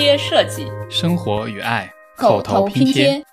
贴设计， 生活与爱， 口头拼贴。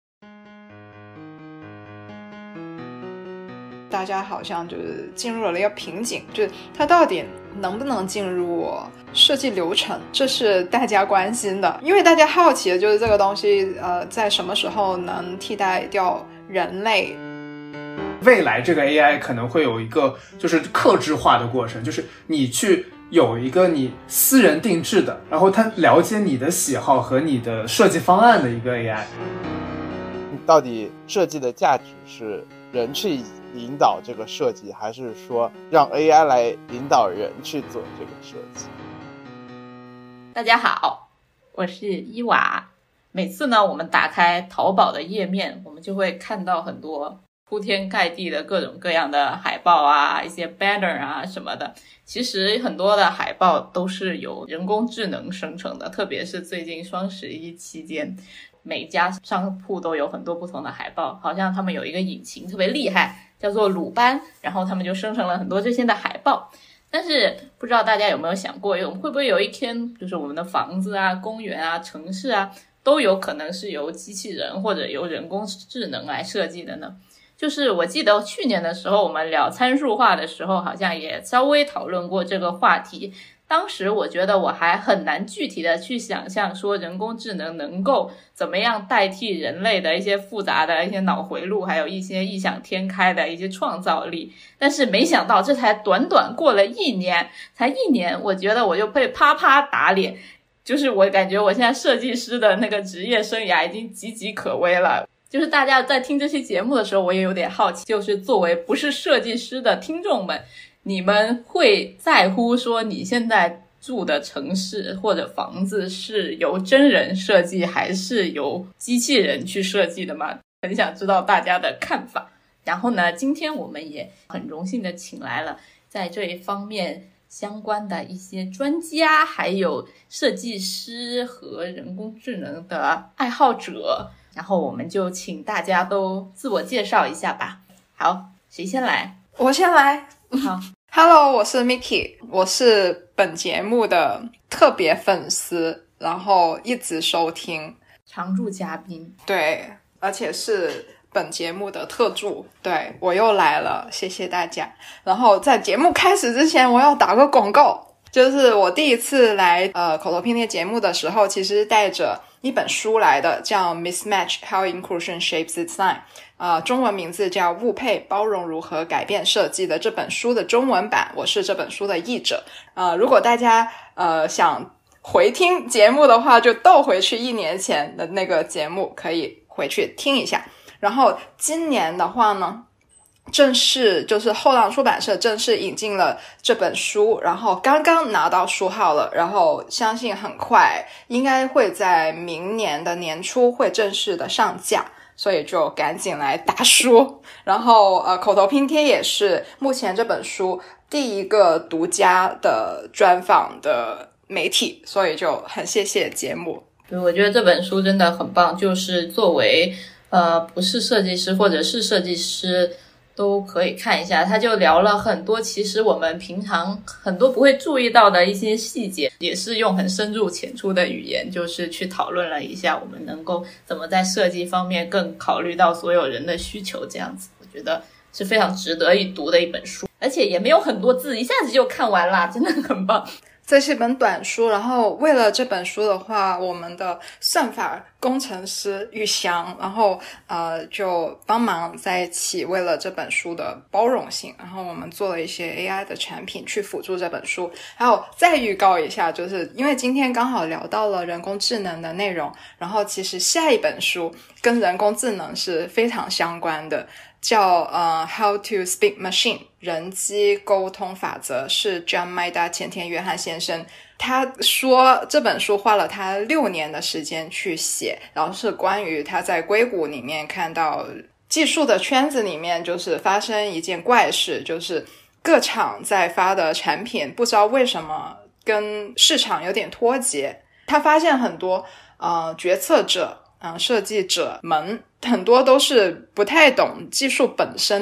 大家好像就是进入了一个瓶颈，就是它到底能不能进入设计流程，这是大家关心的。因为大家好奇的就是这个东西在什么时候能替代掉人类。 未来这个 AI 可能会有一个就是客制化的过程，就是你去有一个你私人定制的，然后它了解你的喜好和你的设计方案的一个 AI。 到底设计的价值是人去引导这个设计，还是说让 AI 来引导人去做这个设计？ 大家好，我是伊娃。每次呢，我们打开淘宝的页面，我们就会看到很多铺天盖地的各种各样的海报啊，一些 banner 啊什么的。其实很多的海报都是由人工智能生成的，特别是最近双11期间，每家商铺都有很多不同的海报，好像他们有一个引擎特别厉害，叫做鲁班，然后他们就生成了很多这些的海报。但是不知道大家有没有想过，会不会有一天，就是我们的房子啊、公园啊、城市啊，都有可能是由机器人或者由人工智能来设计的呢？就是我记得去年的时候，我们聊参数化的时候，好像也稍微讨论过这个话题。当时我觉得我还很难具体的去想象说人工智能能够怎么样代替人类的一些复杂的一些脑回路，还有一些异想天开的一些创造力。但是没想到这才短短过了一年，我觉得我就被啪啪打脸。就是我感觉我现在设计师的那个职业生涯已经岌岌可危了。就是大家在听这期节目的时候，我也有点好奇，就是作为不是设计师的听众们，你们会在乎说你现在住的城市或者房子是由真人设计还是由机器人去设计的吗？很想知道大家的看法。然后呢，今天我们也很荣幸的请来了在这一方面相关的一些专家，还有设计师和人工智能的爱好者。然后我们就请大家都自我介绍一下吧。好，谁先来？ 我先来。 好 ，Hello， 我是 Miki， 我是本节目的特别粉丝，然后一直收听， 常驻嘉宾。 对，而且是本节目的特助。对，我又来了，谢谢大家。然后在节目开始之前，我要打个广告，就是我第一次来口头拼贴节目的时候，其实带着一本书来的，叫 Mismatch How Inclusion Shapes Design， 中文名字叫误配包容如何改变设计的这本书的中文版，我是这本书的译者。如果大家想回听节目的话，就倒回去1年前的那个节目，可以回去听一下。然后今年的话呢，正式就是后浪出版社正式引进了这本书，然后刚刚拿到书号了，然后相信很快应该会在明年的年初会正式的上架，所以就赶紧来打书。然后口头拼贴也是目前这本书第一个独家的专访的媒体，所以就很谢谢节目。 我觉得这本书真的很棒，就是作为不是设计师或者是设计师都可以看一下。他就聊了很多其实我们平常很多不会注意到的一些细节，也是用很深入浅出的语言，就是去讨论了一下我们能够怎么在设计方面更考虑到所有人的需求，这样子我觉得是非常值得一读的一本书，而且也没有很多字，一下子就看完了，真的很棒。 这是一本短书，然后为了这本书的话，我们的算法工程师宇翔，然后就帮忙在一起，为了这本书的包容性，然后我们做了一些 AI 的产品去辅助这本书。还有再预告一下，就是因为今天刚好聊到了人工智能的内容，然后其实下一本书跟人工智能是非常相关的，叫How to Speak Machine 人机沟通法则，是 John Maeda 前田约翰先生。他说这本书花了他6年的时间去写，然后是关于他在硅谷里面看到技术的圈子里面就是发生一件怪事，就是各厂在发的产品不知道为什么跟市场有点脱节。他发现很多决策者设计者们很多都是不太懂技术本身的，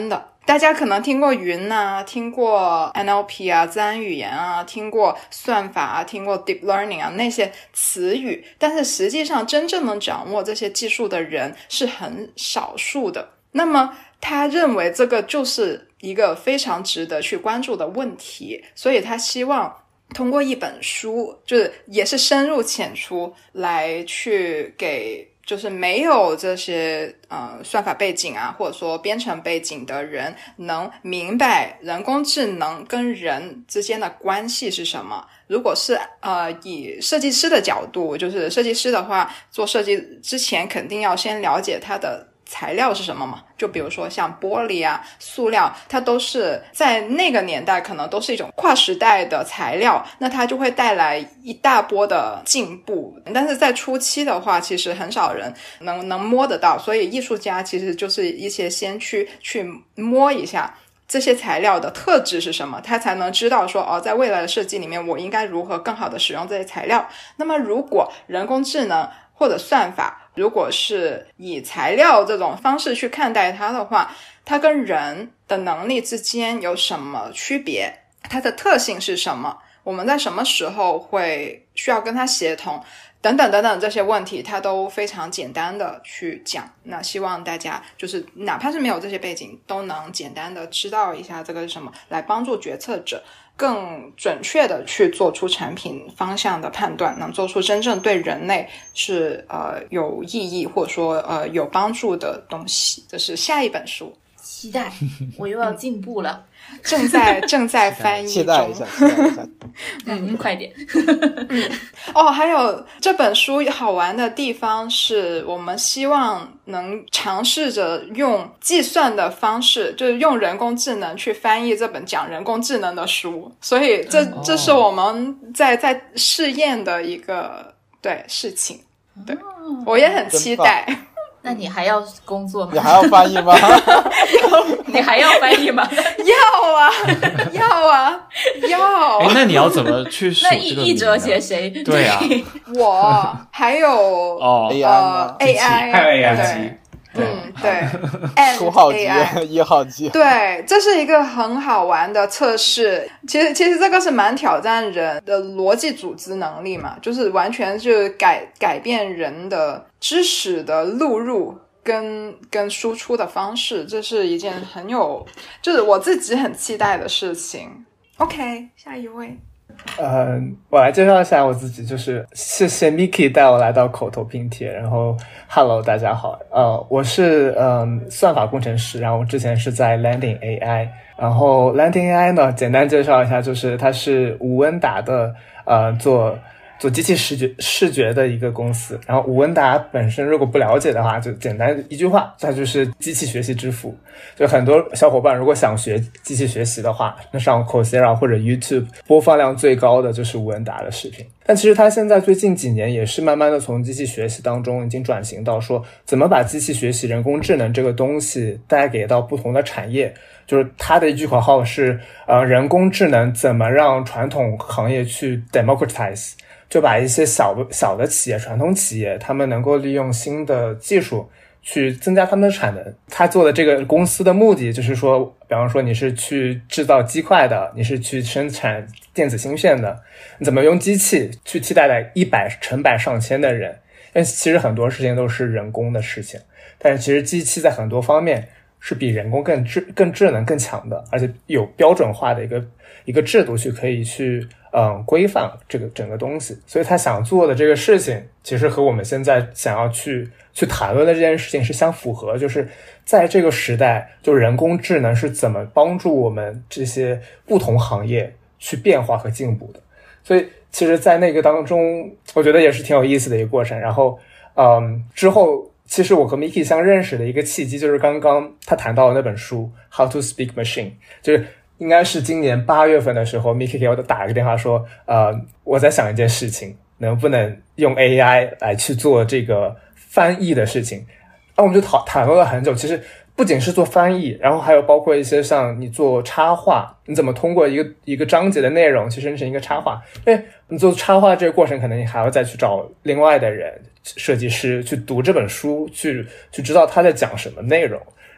大家可能听过云啊，听过 NLP 啊，自然语言啊，听过算法啊，听过 deep learning 啊，那些词语，但是实际上真正能掌握这些技术的人是很少数的。那么他认为这个就是一个非常值得去关注的问题，所以他希望通过一本书，就是也是深入浅出来去给就是没有这些算法背景啊，或者说编程背景的人能明白人工智能跟人之间的关系是什么。如果是以设计师的角度，就是设计师的话，做设计之前肯定要先了解它的材料是什么嘛，就比如说像玻璃啊、塑料，它都是在那个年代可能都是一种跨时代的材料，那它就会带来一大波的进步。但是在初期的话，其实很少人能摸得到，所以艺术家其实就是一些先去摸一下这些材料的特质是什么，他才能知道说在未来的设计里面我应该如何更好的使用这些材料。那么如果人工智能或者算法如果是以材料这种方式去看待它的话，它跟人的能力之间有什么区别，它的特性是什么，我们在什么时候会需要跟它协同等等等等，这些问题它都非常简单的去讲。那希望大家就是哪怕是没有这些背景都能简单的知道一下这个是什么，来帮助决策者更准确的去做出产品方向的判断，能做出真正对人类是有意义或者说有帮助的东西。这是下一本书， 期待我又要进步了正在翻译中， 期待一下快点还有这本书好玩的地方是我们希望能尝试着用计算的方式，就是用人工智能去翻译这本讲人工智能的书，所以这是我们在试验的一个事情。对，我也很期待。 那你还要工作吗？ 你还要翻译吗？ 你还要翻译吗？ 要那你要怎么去数这个名呢？ 那译者写谁？ 对啊， 我还有 AI 还有 AI 机。 对初号机、1号机， 对，这是一个很好玩的测试。其实这个是蛮挑战人的逻辑组织能力嘛，就是完全就改变人的知识的录入跟输出的方式，这是一件就是我自己很期待的事情。OK， 下一位。 我来介绍一下我自己，就是谢谢 Miki 带我来到口头拼贴，然后 Hello 大家好，我是算法工程师，然后我之前是在 Landing AI， 然后 Landing AI 呢简单介绍一下，就是它是吴文达的做机器视觉的一个公司。然后吴文达本身如果不了解的话，就简单一句话，它就是机器学习之父。就很多小伙伴如果想学机器学习的话，那上 Coursera 或者 YouTube 播放量最高的就是吴文达的视频。但其实他现在最近几年也是慢慢的从机器学习当中已经转型到说怎么把机器学习人工智能这个东西带给到不同的产业。就是他的一句口号是人工智能怎么让传统行业去 democratize， 就把一些小的企业，传统企业，他们能够利用新的技术去增加他们的产能。他做的这个公司的目的就是说，比方说你是去制造鸡块的，你是去生产电子芯片的，你怎么用机器去替代了100成百上千的人。但其实很多事情都是人工的事情，但是其实机器在很多方面是比人工更智能更强的，而且有标准化的一个制度去可以去规范这个整个东西。所以他想做的这个事情其实和我们现在想要去谈论的这件事情是相符合，就是在这个时代，就人工智能是怎么帮助我们这些不同行业去变化和进步的。所以其实在那个当中我觉得也是挺有意思的一个过程。然后之后其实我和 Miki 相认识的一个契机就是刚刚他谈到的那本书 How to Speak Machine， 就是应该是今年8月份的时候 Miki 给我打一个电话说我在想一件事情，能不能用 AI 来去做这个翻译的事情。我们就谈论了很久，其实不仅是做翻译，然后还有包括一些像你做插画，你怎么通过一个章节的内容去生成一个插画。因为你做插画这个过程可能你还要再去找另外的人，设计师去读这本书，去知道他在讲什么内容，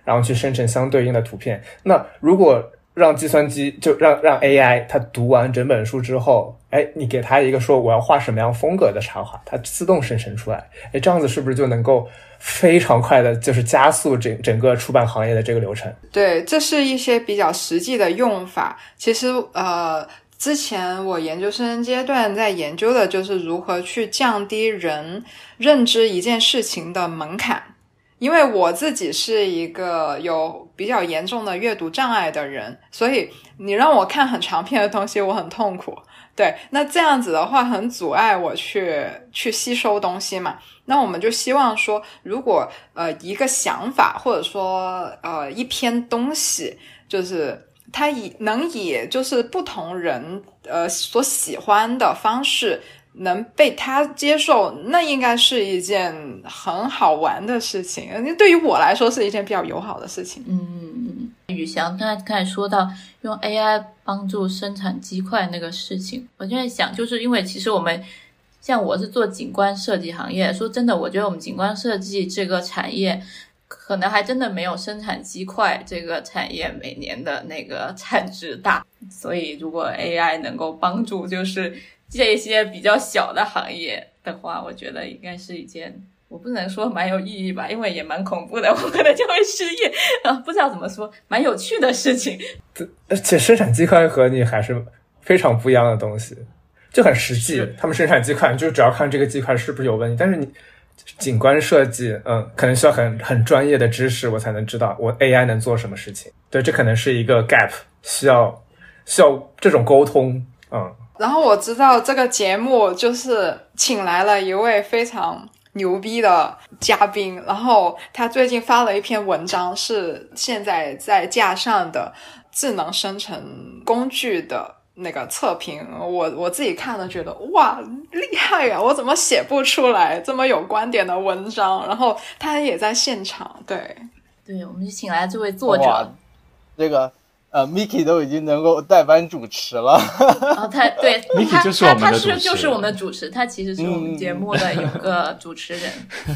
然后去生成相对应的图片。那如果让计算机就让 AI 它读完整本书之后，哎，你给它一个说我要画什么样风格的插画，它自动生成出来，哎，这样子是不是就能够非常快的就是加速整个出版行业的这个流程？ 对，这是一些比较实际的用法。其实之前我研究生阶段在研究的就是如何去降低人认知一件事情的门槛。因为我自己是一个有比较严重的阅读障碍的人，所以你让我看很长篇的东西我很痛苦。对，那这样子的话很阻碍我去吸收东西嘛。那我们就希望说，如果一个想法或者说一篇东西，就是它能以就是不同人所喜欢的方式能被他接受，那应该是一件很好玩的事情。对于我来说是一件比较友好的事情。 宇翔刚才说到用 AI 帮助生产鸡块那个事情，我就在想，就是因为其实我们像我是做景观设计行业，说真的，我觉得我们景观设计这个产业可能还真的没有生产鸡块这个产业每年的那个产值大。所以如果 AI 能够帮助就是这些比较小的行业的话，我觉得应该是一件，我不能说蛮有意义吧，因为也蛮恐怖的，我可能就会失业不知道怎么说，蛮有趣的事情。 而且生产鸡块和你还是非常不一样的东西，就很实际。他们生产鸡块就只要看这个鸡块是不是有问题，但是你景观设计可能需要很专业的知识，我才能知道我 AI 能做什么事情。对，这可能是一个 gap， 需要这种沟通。 然后我知道这个节目就是请来了一位非常牛逼的嘉宾，然后他最近发了一篇文章，是现在在架上的智能生成工具的那个测评。我自己看了觉得哇厉害呀，我怎么写不出来这么有观点的文章。然后他也在现场。对， 我们就请来这位作者， 这个Miki 都已经能够代班主持了。 对 Miki 就是我们的主持人， 就是我们的主持，他其实是我们节目的有个主持人。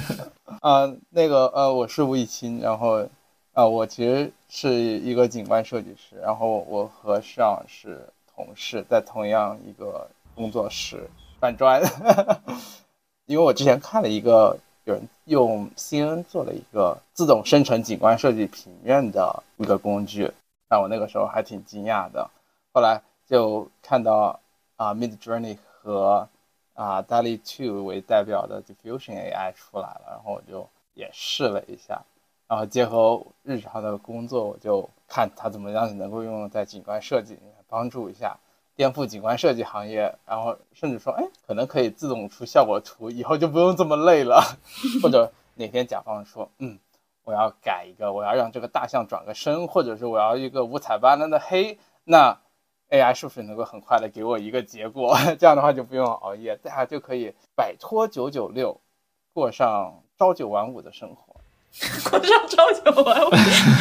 我是吴以清，然后我其实是一个景观设计师，然后我和上是同事，在同样一个工作室搬砖。因为我之前看了一个有人用 CNN 做了一个自动生成景观设计平面的一个工具，但我那个时候还挺惊讶的。后来就看到Midjourney 和DALL-E 2为代表的 Diffusion AI 出来了，然后我就也试了一下，然后结合日常的工作，我就看它怎么样能够用在景观设计里面帮助一下，颠覆景观设计行业，然后甚至说可能可以自动出效果图，以后就不用这么累了。或者哪天甲方说我要改一个，我要让这个大象转个身，或者是我要一个五彩斑斓的黑，那 AI 是不是能够很快的给我一个结果？这样的话就不用熬夜，大家就可以摆脱996，过上朝9晚5的生活。 过上朝9晚5，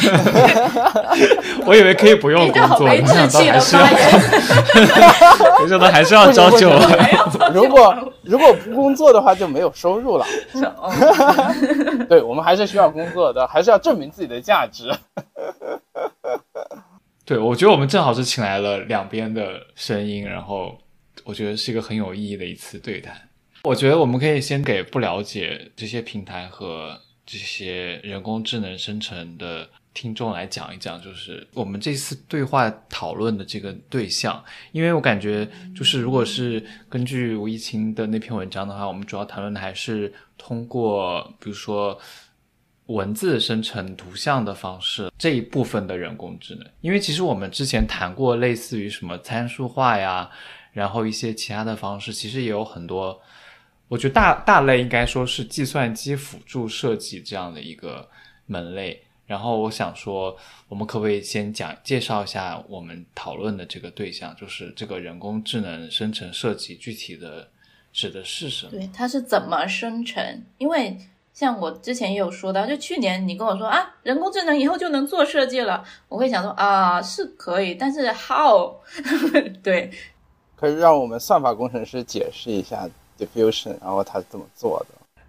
我以为可以不用工作， 没志气的发言。 没想到还是要朝9晚5。 如果不工作的话就没有收入了。对，我们还是需要工作的，还是要证明自己的价值。 对，我觉得我们正好是请来了两边的声音，然后我觉得是一个很有意义的一次对谈。我觉得我们可以先给不了解这些平台和这些人工智能生成的听众来讲一讲，就是我们这次对话讨论的这个对象。因为我感觉就是如果是根据吴一清的那篇文章的话，我们主要谈论的还是通过比如说文字生成图像的方式这一部分的人工智能。因为其实我们之前谈过类似于什么参数化呀，然后一些其他的方式，其实也有很多，我觉得大类应该说是计算机辅助设计这样的一个门类。然后我想说我们可不可以先介绍一下我们讨论的这个对象，就是这个人工智能生成设计具体的指的是什么？ 对，它是怎么生成？因为像我之前也有说到，就去年你跟我说人工智能以后就能做设计了，我会想说是可以，但是 how？ 对， 可以让我们算法工程师解释一下 diffusion， 然后他怎么做的。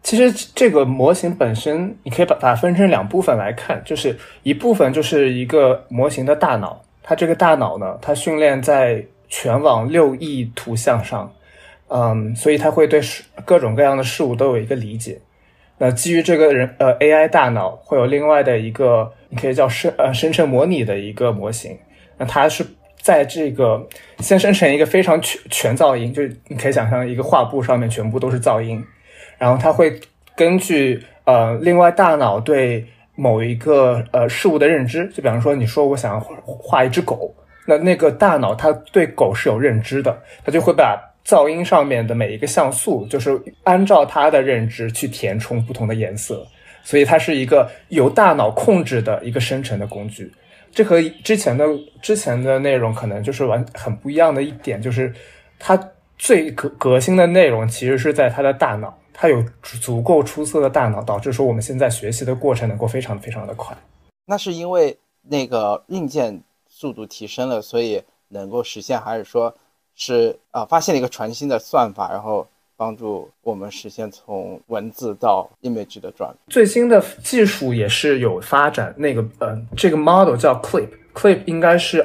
其实这个模型本身，你可以把它分成两部分来看，就是一部分就是一个模型的大脑，它这个大脑呢，它训练在全网6亿图像上，所以它会对各种各样的事物都有一个理解。那基于这个AI 大脑，会有另外的一个你可以叫生成模拟的一个模型，那它是在这个先生成一个非常全噪音，就是你可以想象一个画布上面全部都是噪音。然后它会根据另外大脑对某一个事物的认知，就比方说你说我想要画一只狗，那个大脑它对狗是有认知的，它就会把噪音上面的每一个像素，就是按照它的认知去填充不同的颜色，所以它是一个由大脑控制的一个生成的工具。这和之前的内容可能就是很不一样的一点，就是它最革新的内容其实是在它的大脑。它有足够出色的大脑，导致说我们现在学习的过程能够非常非常的快。 那是因为那个硬件速度提升了，所以能够实现，还是说是发现了一个全新的算法，然后帮助我们实现从文字到 image 的转变？ 最新的技术也是有发展，这个 model 叫 Clip 应该是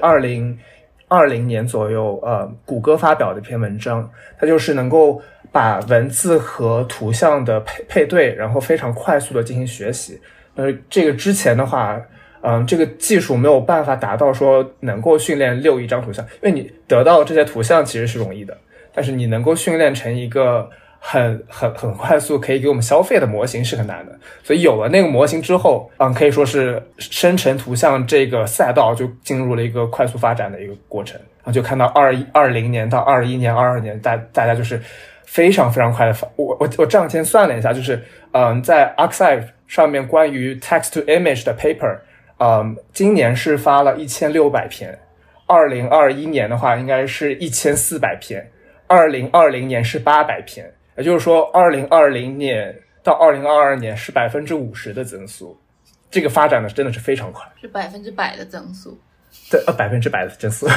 2020年左右谷歌发表的一篇文章，它就是能够把文字和图像的配对，然后非常快速的进行学习。这个之前的话，这个技术没有办法达到说能够训练6亿张图像，因为你得到这些图像其实是容易的，但是你能够训练成一个很快速可以给我们消费的模型是很难的。所以有了那个模型之后，可以说是生成图像这个赛道就进入了一个快速发展的一个过程。然后就看到20年到21年、22年，大家就是非常非常快的我这两天算了一下，就是在 Arxiv 上面关于 text to image 的 paper，今年是发了1600篇，2021年的话应该是1400篇，2020年是800篇，也就是说2020年到2022年是50%的增速，这个发展的真的是非常快， 是100%的增速。 对，100%的增速。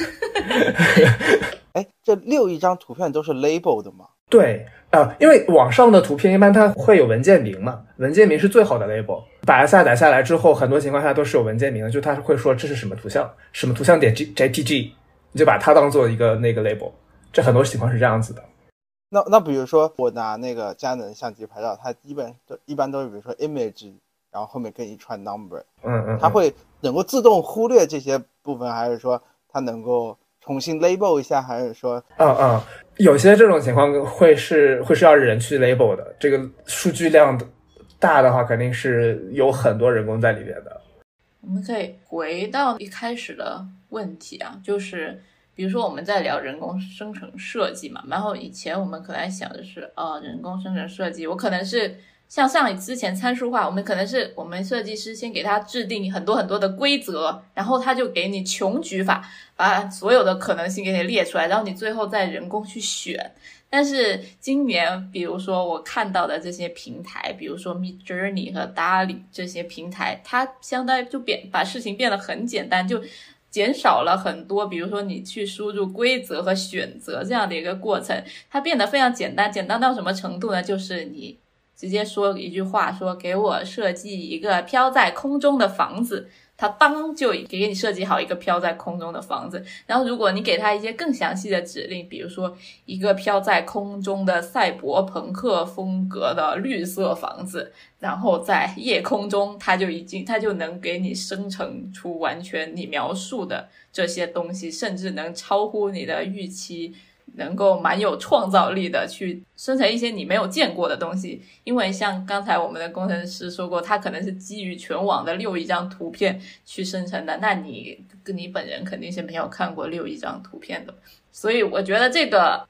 哎，这6亿张图片都是 label 的吗？ 对，因为网上的图片一般它会有文件名嘛，文件名是最好的 label， 把它下载下来之后，很多情况下都是有文件名的，就它会说这是什么图像，什么图像点 JPG， 你就把它当做一个那个 label， 这很多情况是这样子的。 那比如说我拿那个佳能相机拍照，它一般都是比如说 image， 然后后面跟一串 number， 它会能够自动忽略这些部分，还是说它能够重新 label 一下，还是说有些这种情况会是要人去 label 的，这个数据量大的话肯定是有很多人工在里面的。 我们可以回到一开始的问题啊，就是比如说我们在聊人工生成设计嘛，然后以前我们可能想的是人工生成设计，我可能是像之前参数化，我们可能是我们设计师先给他制定很多很多的规则，然后他就给你穷举法，把所有的可能性给你列出来，然后你最后再人工去选。但是今年比如说我看到的这些平台，比如说 Midjourney 和 DALL-E 这些平台，它相当于就把事情变得很简单，就减少了很多比如说你去输入规则和选择这样的一个过程，它变得非常简单。简单到什么程度呢？就是你直接说一句话，说给我设计一个飘在空中的房子，它当就给你设计好一个飘在空中的房子。然后如果你给它一些更详细的指令，比如说一个飘在空中的赛博朋克风格的绿色房子，然后在夜空中，它就能给你生成出完全你描述的这些东西，甚至能超乎你的预期，能够蛮有创造力的去生成一些你没有见过的东西。因为像刚才我们的工程师说过，它可能是基于全网的6亿张图片去生成的，那你本人肯定是没有看过6亿张图片的。所以我觉得这个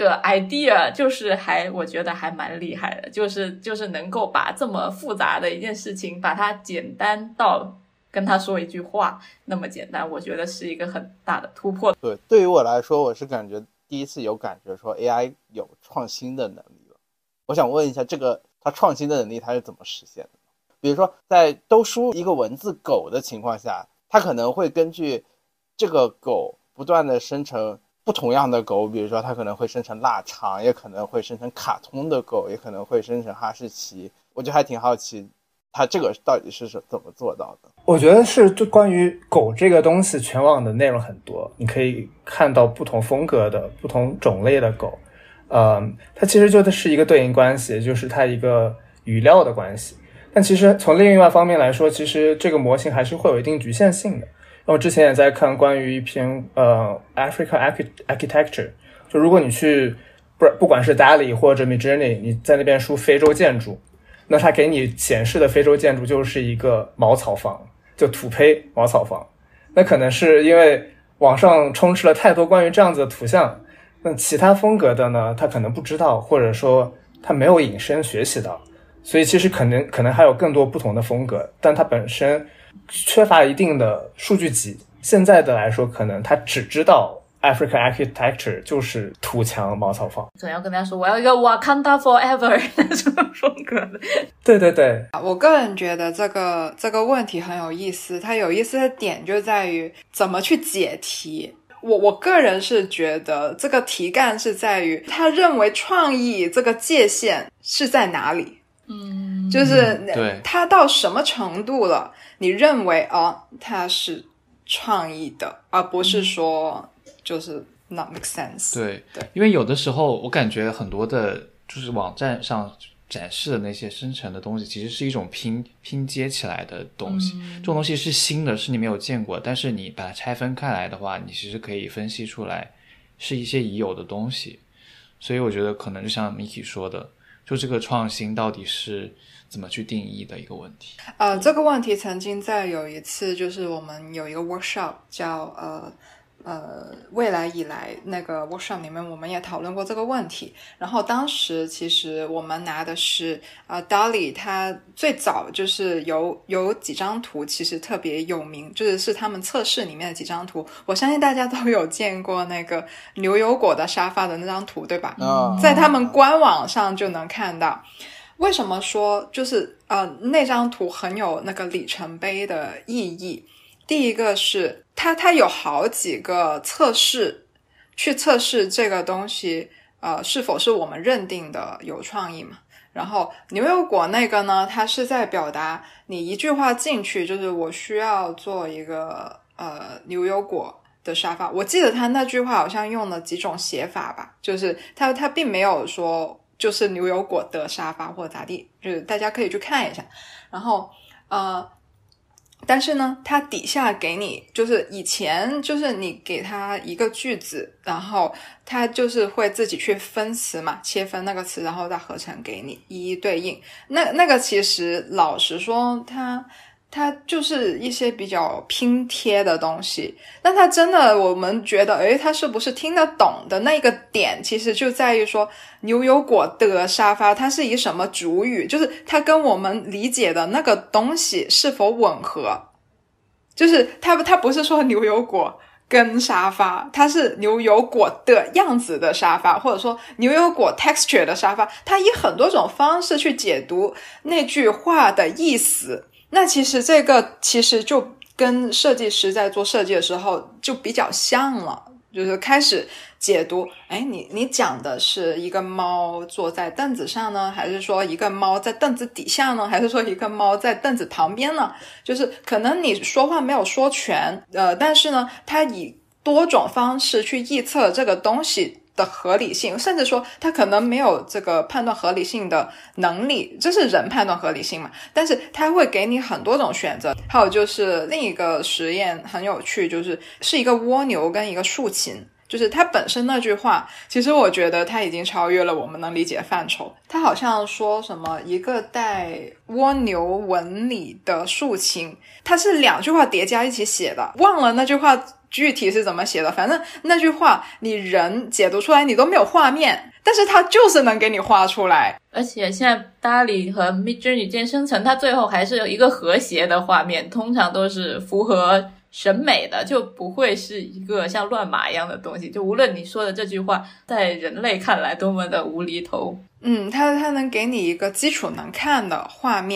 idea 就是我觉得还蛮厉害的，就是能够把这么复杂的一件事情把它简单到跟他说一句话那么简单，我觉得是一个很大的突破。 对于我来说，我是感觉第一次有感觉说 AI 有创新的能力了。我想问一下，这个它创新的能力它是怎么实现的？比如说在都输一个文字狗的情况下，它可能会根据这个狗不断的生成不同样的狗，比如说它可能会生成腊肠，也可能会生成卡通的狗，也可能会生成哈士奇。我就还挺好奇它这个到底是怎么做到的。 我觉得是就关于狗这个东西，全网的内容很多，你可以看到不同风格的不同种类的狗。它其实就是一个对应关系，就是它一个语料的关系。但其实从另外方面来说，其实这个模型还是会有一定局限性的。我之前也在看关于一篇Africa Architecture， 就如果你去不管是 DALL-E 或者 Midjourney， 你在那边输非洲建筑，那它给你显示的非洲建筑就是一个茅草房，就土坯茅草房。那可能是因为网上充斥了太多关于这样子的图像，那其他风格的呢，他可能不知道，或者说他没有引申学习到，所以其实可能还有更多不同的风格，但它本身缺乏一定的数据集。现在的来说，可能他只知道 African Architecture 就是土墙茅草房， 总要跟他说我要一个 Wakanda Forever 那种风格的。 对对对， 我个人觉得这个问题很有意思，它有意思的点就在于怎么去解题。我个人是觉得这个题干是在于他认为创意这个界限是在哪里。就是对， 它到什么程度了你认为它是创意的，而不是说就是 not make sense。 对，因为有的时候我感觉很多的就是网站上展示的那些生成的东西其实是一种拼接起来的东西，这种东西是新的，是你没有见过，但是你把它拆分开来的话，你其实可以分析出来是一些已有的东西。所以我觉得可能就像 Miki 说的，就这个创新到底是怎么去定义的一个问题。 这个问题曾经在有一次就是我们有一个 workshop 叫未来以来那个 workshop 里面我们也讨论过这个问题。然后当时其实我们拿的是DALL-E， 它最早就是有几张图其实特别有名，是他们测试里面的几张图。我相信大家都有见过那个牛油果的沙发的那张图，对吧？在他们官网上就能看到。为什么说就是那张图很有那个里程碑的意义？第一个是它有好几个测试去测试这个东西是否是我们认定的有创意嘛。然后牛油果那个呢，它是在表达你一句话进去，就是我需要做一个牛油果的沙发。我记得他那句话好像用了几种写法吧，就是他并没有说就是牛油果的沙发或者咋地，就是大家可以去看一下。然后但是呢它底下给你就是以前就是你给它一个句子，然后它就是会自己去分词嘛，切分那个词然后再合成给你一一对应。那个其实老实说它就是一些比较拼贴的东西，但它真的我们觉得它是不是听得懂的那个点其实就在于说牛油果的沙发它是以什么主语，就是它跟我们理解的那个东西是否吻合。就是它不是说牛油果跟沙发，它是牛油果的样子的沙发，或者说牛油果 texture 的沙发，它以很多种方式去解读那句话的意思。那其实这个其实就跟设计师在做设计的时候就比较像了，就是开始解读你讲的是一个猫坐在凳子上呢，还是说一个猫在凳子底下呢，还是说一个猫在凳子旁边呢？就是可能你说话没有说全但是呢它以多种方式去臆测这个东西的合理性，甚至说他可能没有这个判断合理性的能力，这是人判断合理性嘛，但是他会给你很多种选择。还有就是另一个实验很有趣，是一个蜗牛跟一个竖琴，就是它本身那句话其实我觉得它已经超越了我们能理解的范畴。它好像说什么一个带蜗牛纹理的竖琴，它是两句话叠加一起写的，忘了那句话具体是怎么写的，反正那句话你人解读出来你都没有画面，但是它就是能给你画出来。 而且现在 DALL-E 和 Midjourney 间生成它最后还是有一个和谐的画面，通常都是符合审美的，就不会是一个像乱码一样的东西，就无论你说的这句话在人类看来多么的无厘头， 它能给你一个基础能看的画面，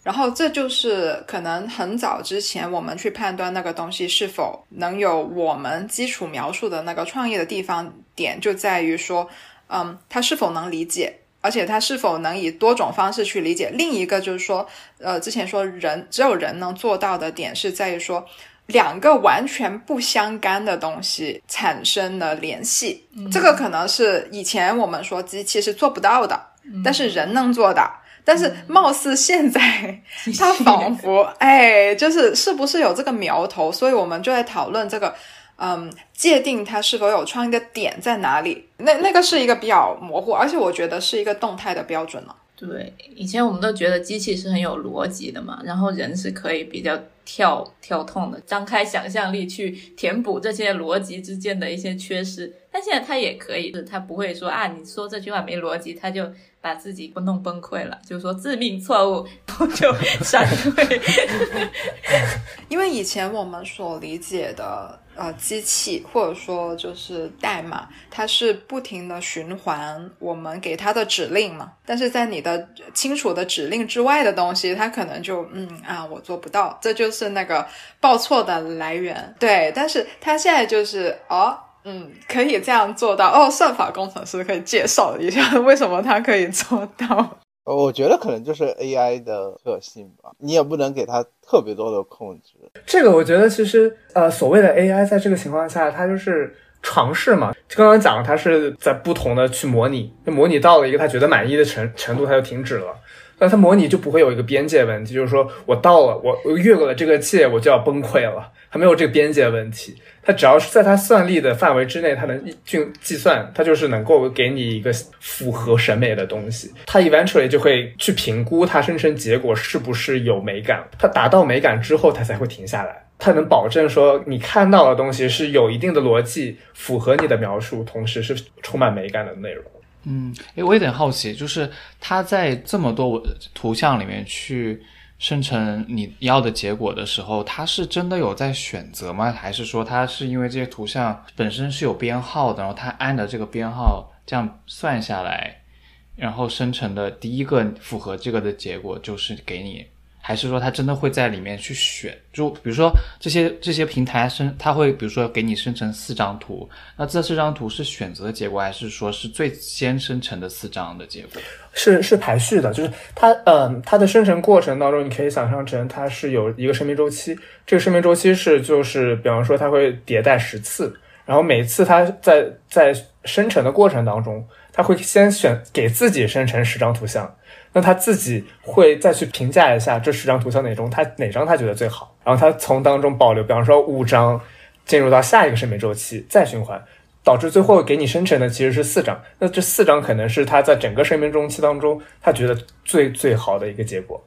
然后这就是可能很早之前我们去判断那个东西是否能有我们基础描述的那个创意的地方点，就在于说它是否能理解，而且它是否能以多种方式去理解。另一个就是说之前说只有人能做到的点是在于说两个完全不相干的东西产生了联系，这个可能是以前我们说机器是做不到的，但是人能做到。但是貌似现在它仿佛就是是不是有这个苗头，所以我们就在讨论这个界定它是否有创意的点在哪里。那个是一个比较模糊，而且我觉得是一个动态的标准了。 对，以前我们都觉得机器是很有逻辑的嘛，然后人是可以比较跳痛的，张开想象力去填补这些逻辑之间的一些缺失。但现在它也可以，它不会说你说这句话没逻辑，它就把自己弄崩溃了，就是说致命错误，然后就闪退。 因为以前我们所理解的机器或者说就是代码，它是不停的循环我们给它的指令嘛，但是在你的清楚的指令之外的东西，它可能就我做不到，这就是那个报错的来源。对，但是它现在就是可以这样做到。算法工程师可以介绍一下为什么它可以做到。 我觉得可能就是 AI 的特性吧，你也不能给它特别多的控制。 这个我觉得其实所谓的 AI 在这个情况下它就是尝试嘛，刚刚讲它是在不同的去模拟到了一个他觉得满意的程度，它就停止了。那它模拟就不会有一个边界问题，就是说我到了我越过了这个界我就要崩溃了，它没有这个边界问题。它只要是在它算力的范围之内，它能计算，它就是能够给你一个符合审美的东西。它 eventually 就会去评估它生成结果是不是有美感，它达到美感之后它才会停下来。它能保证说你看到的东西是有一定的逻辑，符合你的描述，同时是充满美感的内容。 我有点好奇，就是它在这么多图像里面去生成你要的结果的时候，它是真的有在选择吗？还是说它是因为这些图像本身是有编号的，然后它按照这个编号这样算下来，然后生成的第一个符合这个的结果就是给你？还是说它真的会在里面去选？就比如说这些平台它会比如说给你生成4张图，那这4张图是选择的结果，还是说是最先生成的4张的结果？ 是排序的，就是它的生成过程当中，你可以想象成它是有一个生命周期，这个生命周期就是比方说它会迭代10次，然后每次它在生成的过程当中，它会先给自己生成10张图像，那他自己会再去评价一下这10张图像哪张他觉得最好，然后他从当中保留比方说5张进入到下一个生命周期再循环，导致最后给你生成的其实是4张，那这4张可能是他在整个生命周期当中他觉得最好的一个结果。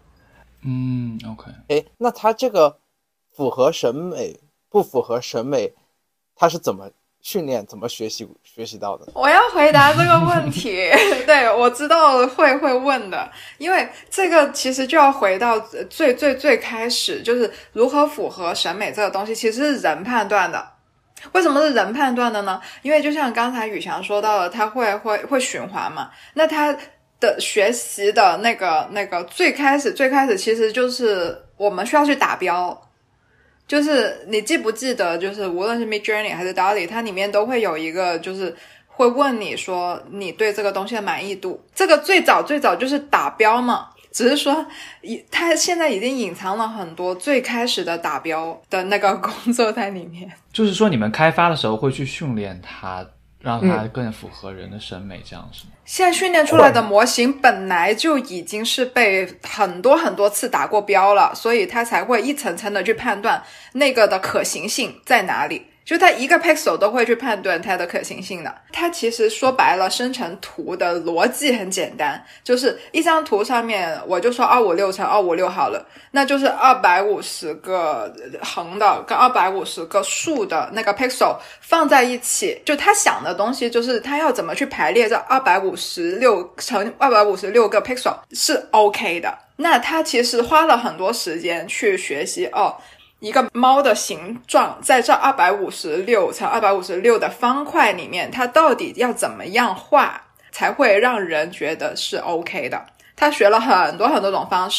OK。 那他这个符合审美不符合审美，他是怎么训练怎么学习到的？ 我要回答这个问题对，我知道会问的，因为这个其实就要回到最开始，就是如何符合审美这个东西其实是人判断的。为什么是人判断的呢？因为就像刚才宇翔说到的，它会循环嘛，那它的学习的那个最开始其实就是我们需要去打标。就是你记不记得，就是无论是 Midjourney 还是 DALL-E 它里面都会有一个就是会问你说你对这个东西的满意度，这个最早就是打标嘛，只是说它现在已经隐藏了很多最开始的打标的那个工作在里面。就是说你们开发的时候会去训练它，让它更符合人的审美，这样是吗？ 现在训练出来的模型本来就已经是被很多次打过标了，所以它才会一层层的去判断那个的可行性在哪里，就它一个 pixel 都会去判断它的可行性的。它其实说白了生成图的逻辑很简单，就是一张图上面我就说256乘256好了，那就是250个横的跟250个竖的那个 pixel 放在一起，就他想的东西就是他要怎么去排列这256乘256个 pixel 是 OK 的。那他其实花了很多时间去学习一个猫的形状在这256乘256的方块里面，它到底要怎么样画才会让人觉得是 OK 的。他学了很多种方式，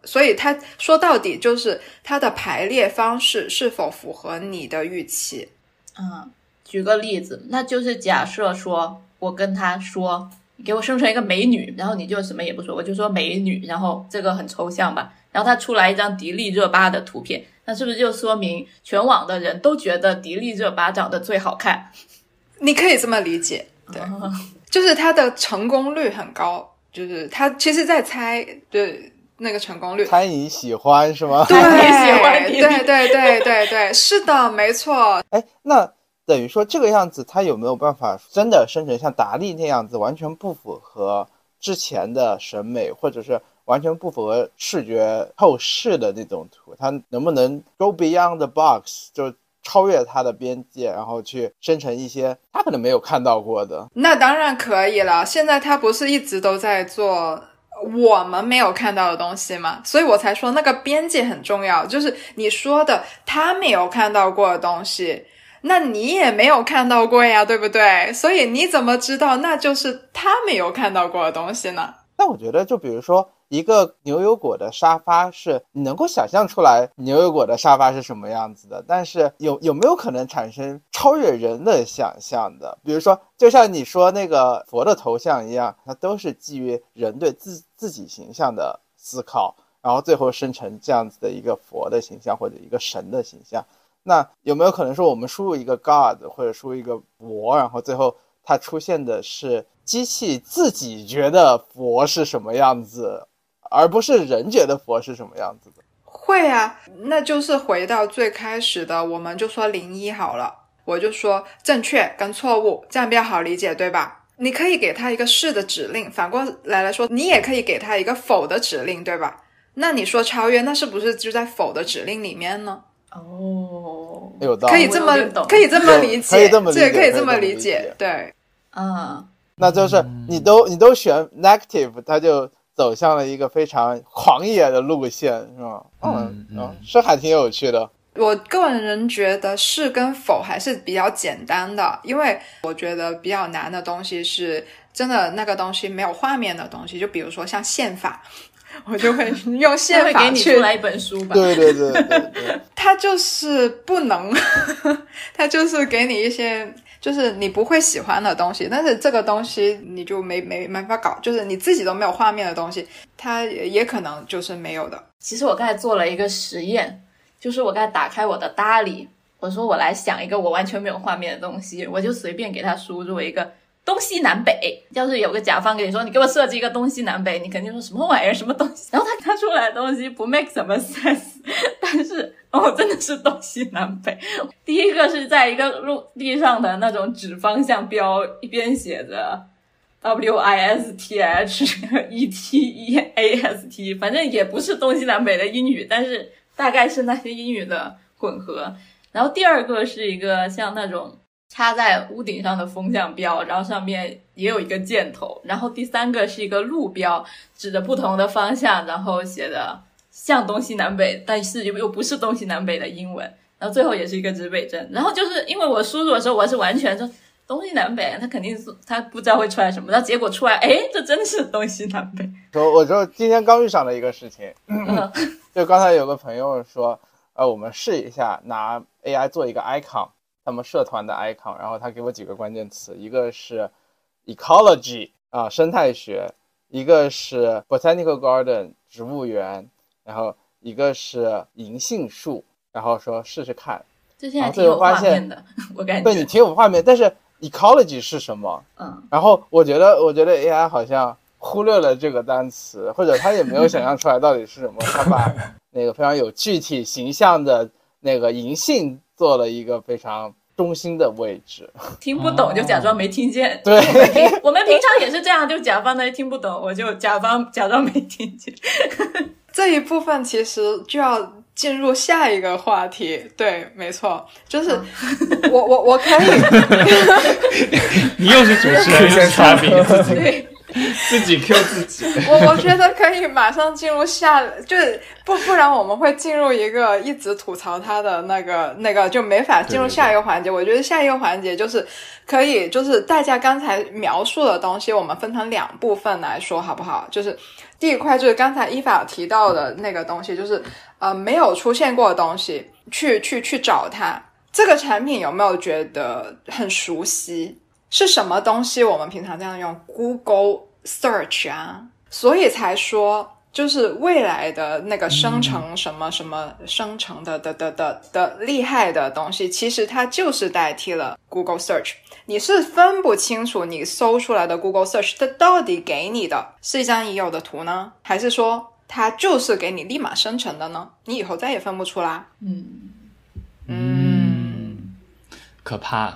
所以它说到底就是它的排列方式是否符合你的预期。 举个例子，那就是假设说我跟他说你给我生成一个美女，然后你就什么也不说，我就说美女，然后这个很抽象吧，然后他出来一张迪丽热巴的图片，那是不是就说明全网的人都觉得迪丽热巴长得最好看？ 你可以这么理解，对，就是他的成功率很高，就是他其实在猜，对，那个成功率， 猜你喜欢是吗？ 对， 你喜欢迪丽对，是的，没错。 哎，那等于说这个样子，它有没有办法真的生成像达利那样子，完全不符合之前的审美，或者是完全不符合视觉透视的那种图？它能不能 go beyond the box， 就超越它的边界，然后去生成一些他可能没有看到过的？ 那当然可以了，现在他不是一直都在做我们没有看到的东西吗？所以我才说那个边界很重要，就是你说的他没有看到过的东西，那你也没有看到过呀，对不对？所以你怎么知道那就是他没有看到过的东西呢？ 但我觉得就比如说一个牛油果的沙发，是你能够想象出来牛油果的沙发是什么样子的，但是有没有可能产生超越人的想象的？比如说就像你说那个佛的头像一样，它都是基于人对自己形象的思考，然后最后生成这样子的一个佛的形象或者一个神的形象。那有没有可能说我们输入一个 God 或者输入一个佛，然后最后它出现的是机器自己觉得佛是什么样子，而不是人觉得佛是什么样子的？ 会啊，那就是回到最开始的，我们就说01好了，我就说正确跟错误，这样比较好理解，对吧？你可以给他一个是的指令，反过来说你也可以给他一个否的指令，对吧？那你说超越，那是不是就在否的指令里面呢？ 有道理， 可以这么理解， 可以这么理解， 这可以这么理解，对， 那就是你都选 negative， 它就走向了一个非常狂野的路线，是吗？是还挺有趣的。 我个人觉得是跟否还是比较简单的，因为我觉得比较难的东西是真的那个东西没有画面的东西，就比如说像宪法，我就会用宪法去给你出来一本书吧。 对， 它就是不能它就是给你一些就是你不会喜欢的东西，但是这个东西你就没法搞，就是你自己都没有画面的东西，它也可能就是没有的。 其实我刚才做了一个实验，就是我刚才打开我的搭理，我说我来想一个我完全没有画面的东西，我就随便给它输入一个东西南北，要是有个甲方跟你说你给我设计一个东西南北，你肯定说什么玩意儿什么东西，然后他看出来的东西不 make 什么 sense， 但是真的是东西南北。第一个是在一个陆地上的那种指方向标，一边写着 WISTH ETEAST， 反正也不是东西南北的英语，但是大概是那些英语的混合。然后第二个是一个像那种插在屋顶上的风向标，然后上面也有一个箭头。然后第三个是一个路标，指着不同的方向，然后写的像东西南北，但是又不是东西南北的英文。然后最后也是一个指北针。然后就是因为我输入的时候我是完全说东西南北，他肯定是他不知道会出来什么，然后结果出来这真是东西南北。 我就今天刚遇上了一个事情，就刚才有个朋友说我们试一下拿 AI 做一个 icon， 他们社团的 icon， 然后他给我几个关键词，一个是 ecology 生态学，一个是 botanical garden 植物园，然后一个是银杏树，然后说试试看。 这现在挺有画面的，我感觉。 对，你挺有画面，但是 ecology 是什么？然后我觉得 AI 好像忽略了这个单词，或者他也没有想象出来到底是什么，他把那个非常有具体形象的那个银杏做了一个非常中心的位置。 听不懂就假装没听见。 对， 我们平常也是这样，就甲方呢听不懂，我就假装没听见。 这一部分其实就要进入下一个话题，对，没错，就是我可以你又是主持人又是嘉宾， 自己 Q 自己。 我觉得可以马上进入就是不然我们会进入一个一直吐槽他的那个就没法进入下一个环节。我觉得下一个环节就是可以，就是大家刚才描述的东西，我们分成2部分来说，好不好？就是第一块就是刚才伊法提到的那个东西，就是没有出现过的东西，去找它。这个产品有没有觉得很熟悉？是什么东西我们平常这样用 Google Search 啊？所以才说就是未来的那个生成什么什么生成的厉害的东西，其实它就是代替了 Google Search。你是分不清楚你搜出来的 Google Search 它到底给你的是一张已有的图呢，还是说它就是给你立马生成的呢？你以后再也分不出啦。 可怕。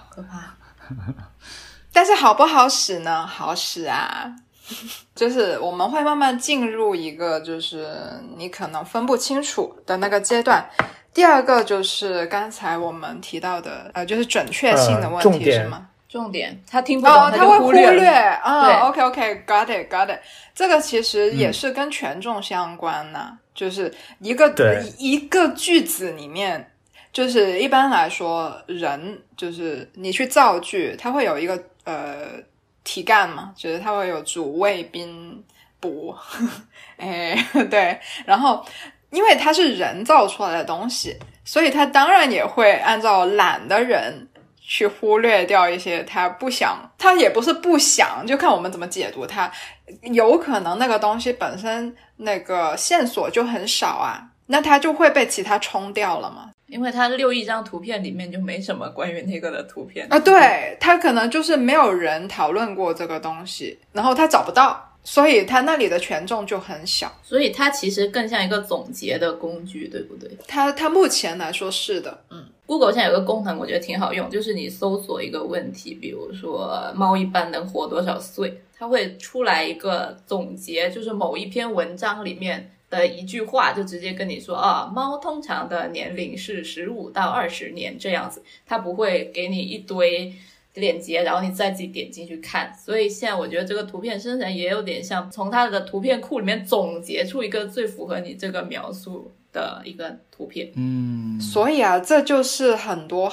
但是好不好使呢？好使啊。就是我们会慢慢进入一个就是你可能分不清楚的那个阶段。第二个就是刚才我们提到的就是准确性的问题，是吗？ 重点他听不懂， 他会忽略 OK got it。 这个其实也是跟权重相关的，就是一个句子里面，就是一般来说人就是你去造句，它会有一个题干嘛，就是它会有主谓宾补对，然后因为它是人造出来的东西，所以它当然也会按照懒的人去忽略掉一些他不想，他也不是不想，就看我们怎么解读它。有可能那个东西本身那个线索就很少啊，那它就会被其他冲掉了嘛。 因为它6亿张图片里面就没什么关于那个的图片啊，对，它可能就是没有人讨论过这个东西，然后他找不到，所以它那里的权重就很小， 所以它其实更像一个总结的工具，对不对？ 它目前来说是的。 Google 现在有个功能我觉得挺好用，就是你搜索一个问题，比如说猫一般能活多少岁，它会出来一个总结，就是某一篇文章里面的一句话，就直接跟你说猫通常的年龄是15到20年这样子，它不会给你一堆链接然后你再自己点进去看。所以现在我觉得这个图片生成也有点像从它的图片库里面总结出一个最符合你这个描述的一个图片。 所以啊，这就是很多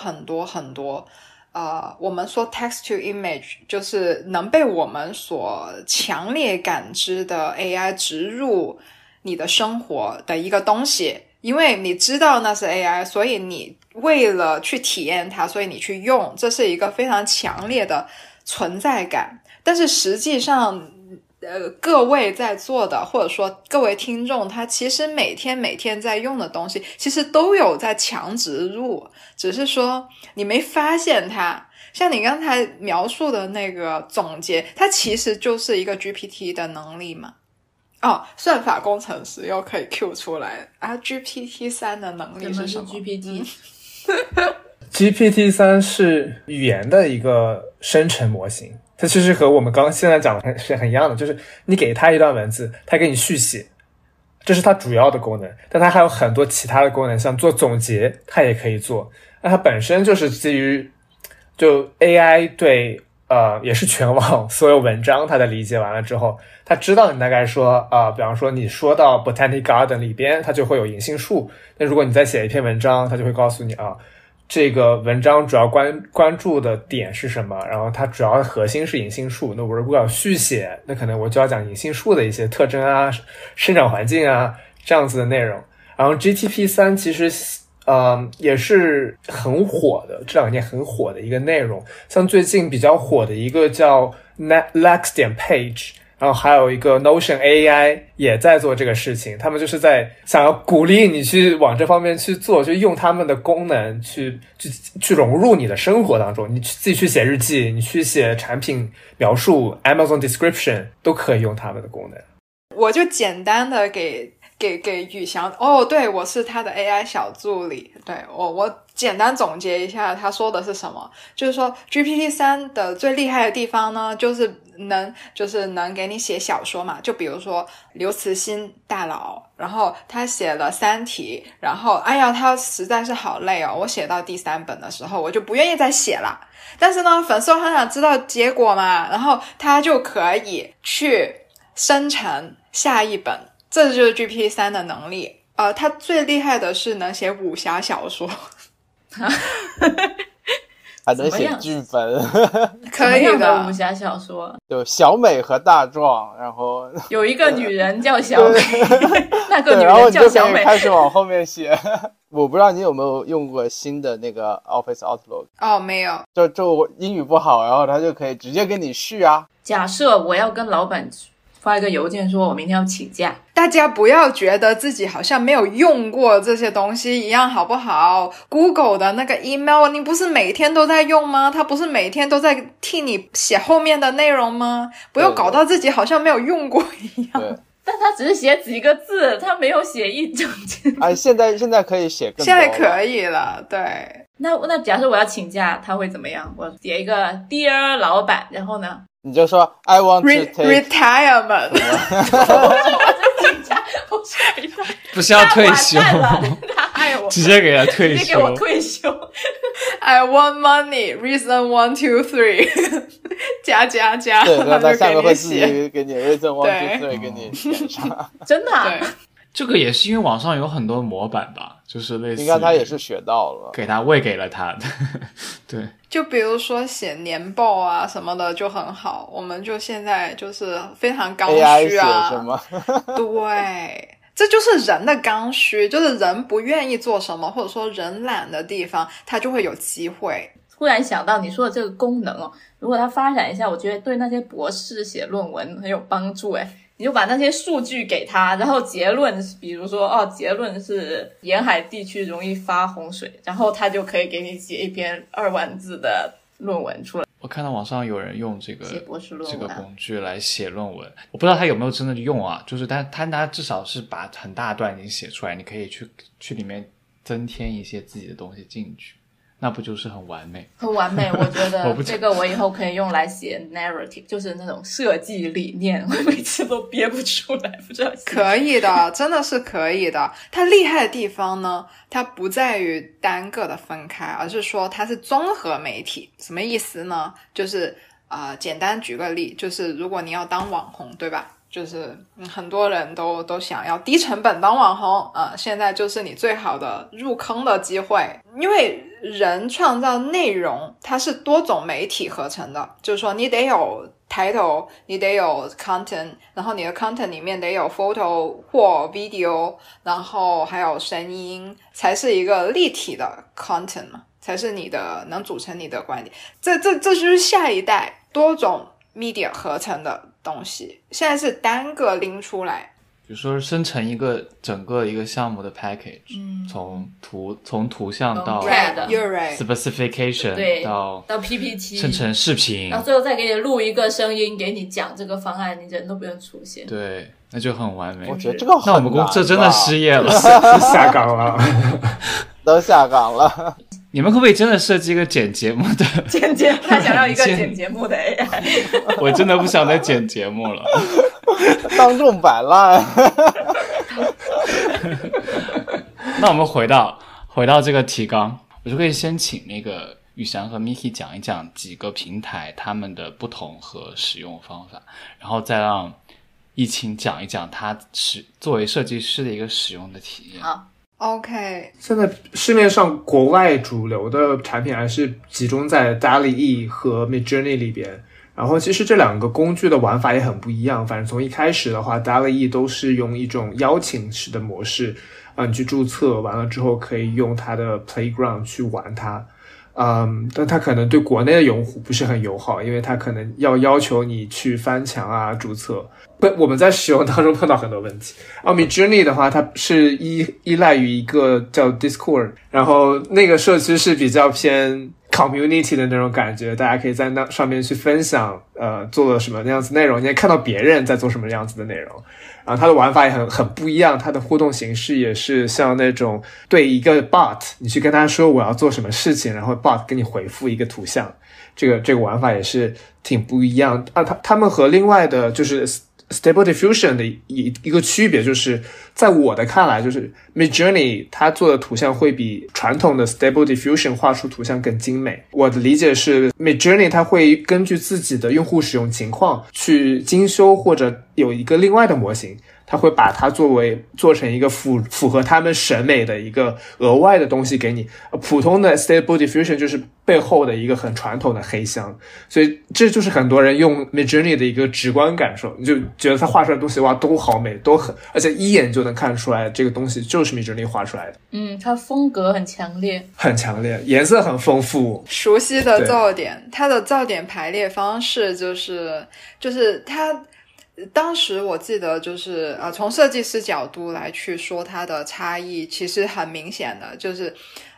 我们说 text to image 就是能被我们所强烈感知的 AI 植入你的生活的一个东西，因为你知道那是 AI， 所以你为了去体验它，所以你去用，这是一个非常强烈的存在感。但是实际上各位在做的，或者说各位听众，他其实每天在用的东西其实都有在强植入，只是说你没发现它。像你刚才描述的那个总结，它其实就是一个 GPT 的能力嘛。算法工程师又可以 Q 出来啊 GPT-3 的能力是什么？ GPT-3 是语言的一个生成模型，它其实和我们刚刚现在讲的是很一样的，就是你给它一段文字，它给你续写，这是它主要的功能，但它还有很多其他的功能，像做总结它也可以做。那它本身就是基于就 AI 对也是全网所有文章它的理解完了之后，它知道你大概说比方说你说到 Botanic Garden 里边它就会有银杏树，那如果你再写一篇文章，它就会告诉你这个文章主要关注的点是什么，然后它主要的核心是银杏树，那我如果要续写，那可能我就要讲银杏树的一些特征啊，生长环境啊这样子的内容。然后 GTP-3 其实也是很火的，这2年很火的一个内容，像最近比较火的一个叫 Lex.page， 然后还有一个 Notion AI 也在做这个事情，他们就是在想要鼓励你去往这方面去做，就用他们的功能去融入你的生活当中，你自己去写日记，你去写产品描述 Amazon description 都可以用他们的功能。 我就简单的给给宇翔，哦，对，我是他的 AI 小助理。对，我简单总结一下他说的是什么，就是说 GPT-3 的最厉害的地方呢，就是能给你写小说嘛，就比如说刘慈欣大佬，然后他写了《三体》，然后哎呀他实在是好累哦，我写到第3本的时候我就不愿意再写了，但是呢粉丝很想知道结果嘛，然后他就可以去生成下一本，这就是 GPT-3 的能力。他最厉害的是能写武侠小说还能写剧本可以的武侠小说有小美和大壮，然后有一个女人叫小美那个女然后人你就可以叫小美开始往后面写我不知道你有没有用过新的那个 Office Outlook。 哦，没有， 就我英语不好，然后他就可以直接给你续啊。 假设我要跟老板发一个邮件说我明天要请假， 大家不要觉得自己好像没有用过这些东西一样好不好？ Google 的那个 email 你不是每天都在用吗？它不是每天都在替你写后面的内容吗？不要搞到自己好像没有用过一样。 对， 但他只是写几个字，他没有写一整句。 现在可以写更多， 现在可以了，对。 那假设我要请假，他会怎么样？我写一个 Dear 老板，然后呢？ 你就说 I want to take retirement 我请假，我不是要退休他爱我， 直接给他退休， 直接给我退休。 I want money reason 1 2 3加对，那他下面会自写己给你 reason 1 2 3给你检查真的对， 这个也是因为网上有很多模板吧，就是类似应该他也是学到了， 喂给了他的对， 就比如说写年报啊什么的就很好，我们就现在就是非常刚需 AI 写啊什么对，这就是人的刚需，就是人不愿意做什么或者说人懒的地方他就会有机会。 突然想到你说的这个功能哦，如果它发展一下，我觉得对那些博士写论文很有帮助诶。你就把那些数据给他，然后结论比如说结论是沿海地区容易发洪水，然后他就可以给你写一篇2万字的论文出来。 我看到网上有人用这个写博士论文这个工具来写论文，我不知道他有没有真的用啊，就是他至少是把很大段已经写出来，你可以去里面增添一些自己的东西进去，那不就是很完美？ 很完美，我觉得这个我以后可以用来写 narrative， 就是那种设计理念，我每次都憋不出来，不知道。 可以的，真的是可以的。它厉害的地方呢，它不在于单个的分开，而是说它是综合媒体。什么意思呢？就是简单举个例，就是如果你要当网红，对吧？就是很多人都想要低成本当网红现在就是你最好的入坑的机会。因为人创造内容它是多种媒体合成的，就是说你得有 title， 你得有 content， 然后你的 content 里面得有 photo 或 video， 然后还有声音，才是一个立体的 content 嘛，才是你的能组成你的观点。这就是下一代多种 media 合成的东西，现在是单个拎出来， 比如说生成整个一个项目的 package，从图像到 You're right specification 对到 PPT 生成视频， 然后最后再给你录一个声音给你讲这个方案，你人都不用出现。 对，那就很完美。 我觉得这个很那我们公司真的失业了下岗了都下岗了你们可不可以真的设计一个剪节目的他想要一个剪节目的 AI 我真的不想再剪节目了当众摆烂那我们回到这个提纲，我就可以先请那个宇翔和 Miki 讲一讲几个平台他们的不同和使用方法，然后再让疫情讲一讲他作为设计师的一个使用的体验。 好 OK， 现在市面上国外主流的产品还是集中在 DALL-E 和 Midjourney 里边，然后其实这两个工具的玩法也很不一样。反正从一开始的话 DALL-E 都是用一种邀请式的模式你去注册完了之后可以用它的 Playground 去玩它。但它可能对国内的用户不是很友好，因为它可能要求你去翻墙啊注册，我们在使用当中碰到很多问题。Midjourney 的话，它是依赖于一个叫 Discord， 然后那个社区是比较偏 community 的那种感觉，大家可以在那上面去分享做了什么样子内容，你也看到别人在做什么样子的内容。 然后它的玩法也很不一样，它的互动形式也是像那种对一个 bot， 你去跟他说我要做什么事情，然后 bot 给你回复一个图像，这个玩法也是挺不一样啊。他们和另外的就是 Stable Diffusion 的一个区别，就是在我的看来，就是 Midjourney 它做的图像会比传统的 Stable Diffusion 画出图像更精美。我的理解是 Midjourney 它会根据自己的用户使用情况去精修，或者有一个另外的模型，它会把它做成一个符合他们审美的一个额外的东西给你。普通的 Stable Diffusion 就是背后的一个很传统的黑箱，所以这就是很多人用 Midjourney 的一个直观感受，你就觉得他画出来的东西哇都好美，都很，而且一眼就能看出来这个东西就是 Midjourney 画出来的。 它风格很强烈， 很强烈，颜色很丰富， 熟悉的噪点，它的噪点排列方式就是它。当时我记得就是从设计师角度来去说它的差异，其实很明显的就是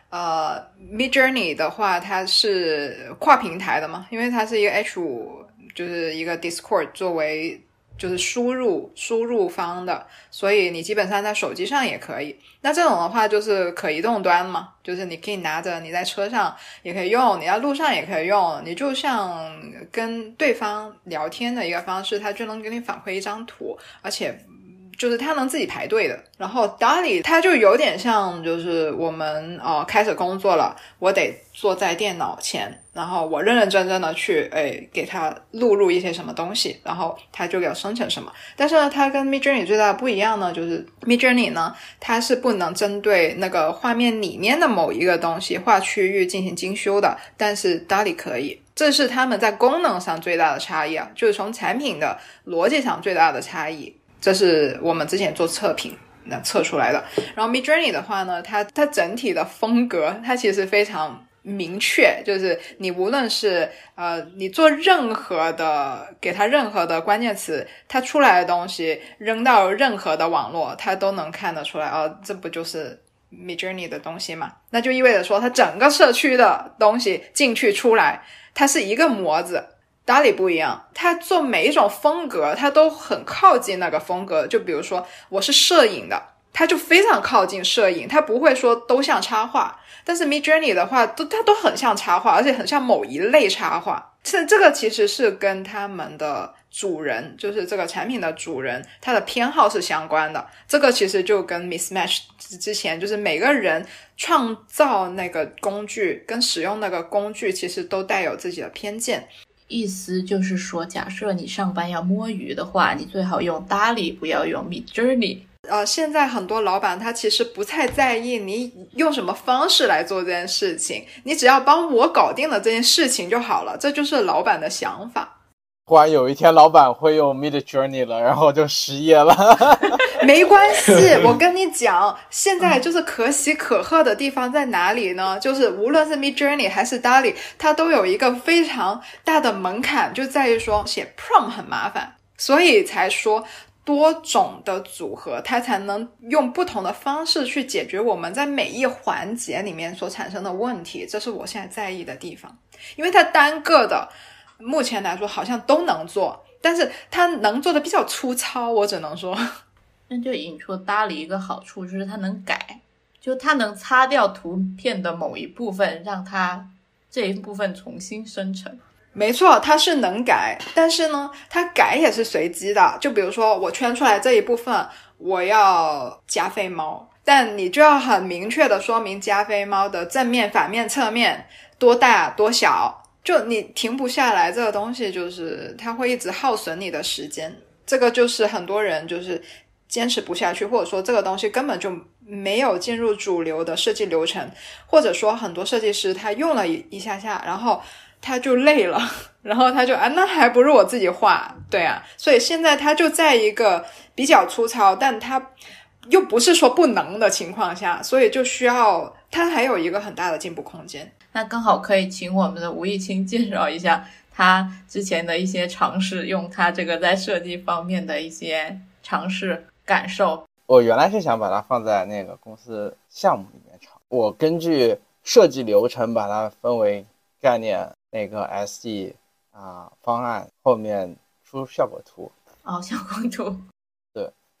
Midjourney 的话它是跨平台的嘛，因为它是一个 H5 就是一个 Discord 作为就是输入方的，所以你基本上在手机上也可以。那这种的话就是可移动端嘛，就是你可以拿着，你在车上也可以用，你在路上也可以用，你就像跟对方聊天的一个方式，它就能给你反馈一张图，而且就是它能自己排队的。然后 DALL-E 它就有点像就是我们开始工作了，我得坐在电脑前，然后我认认真真的去给它录入一些什么东西，然后它就给我生成什么。但是呢，它跟 Midjourney 最大的不一样呢，就是 Midjourney 呢它是不能针对那个画面里面的某一个东西画区域进行精修的，但是 DALL-E 可以。这是他们在功能上最大的差异啊，就是从产品的逻辑上最大的差异。这是我们之前做测评测出来的。然后 Midjourney 的话呢，它整体的风格它其实非常明确，就是你无论是你做任何的给它任何的关键词，它出来的东西扔到任何的网络，它都能看得出来这不就是 Midjourney 的东西嘛？那就意味着说它整个社区的东西进去出来，它是一个模子。DALL-E 不一样，它做每一种风格它都很靠近那个风格。就比如说我是摄影的，它就非常靠近摄影，它不会说都像插画。但是 Midjourney 的话它都很像插画，而且很像某一类插画。这个其实是跟他们的主人，就是这个产品的主人他的偏好是相关的。这个其实就跟 Mismatch 之前就是每个人创造那个工具跟使用那个工具其实都带有自己的偏见。 意思就是说，假设你上班要摸鱼的话，你最好用 DALL-E， 不要用 Midjourney。 现在很多老板他其实不太在意你用什么方式来做这件事情，你只要帮我搞定了这件事情就好了，这就是老板的想法。 忽然有一天老板会用 Midjourney 了，然后就失业了。 没关系，我跟你讲，现在就是可喜可贺的地方在哪里呢？就是无论是 Midjourney 还是 DALL-E， 它都有一个非常大的门槛，就在于说写 prompt 很麻烦，所以才说多种的组合，它才能用不同的方式去解决我们在每一环节里面所产生的问题。这是我现在在意的地方，因为它单个的目前来说好像都能做，但是它能做的比较粗糙，我只能说。 那就引出DALL-E一个好处，就是它能改，就它能擦掉图片的某一部分，让它这一部分重新生成。 没错，它是能改，但是呢它改也是随机的。就比如说我圈出来这一部分我要加菲猫，但你就要很明确的说明加菲猫的正面反面侧面多大多小，就你停不下来，这个东西就是它会一直耗损你的时间。这个就是很多人就是坚持不下去，或者说这个东西根本就没有进入主流的设计流程，或者说很多设计师他用了一下下，然后他就累了，然后他就那还不如我自己画。对啊，所以现在他就在一个比较粗糙，但他又不是说不能的情况下，所以就需要他还有一个很大的进步空间。 那刚好可以请我们的吴亦清介绍一下他之前的一些尝试，用他这个在设计方面的一些尝试感受。 我原来是想把它放在那个公司项目里面炒，我根据设计流程把它分为概念、那个 SE 方案，后面出效果图。 效果图。 对，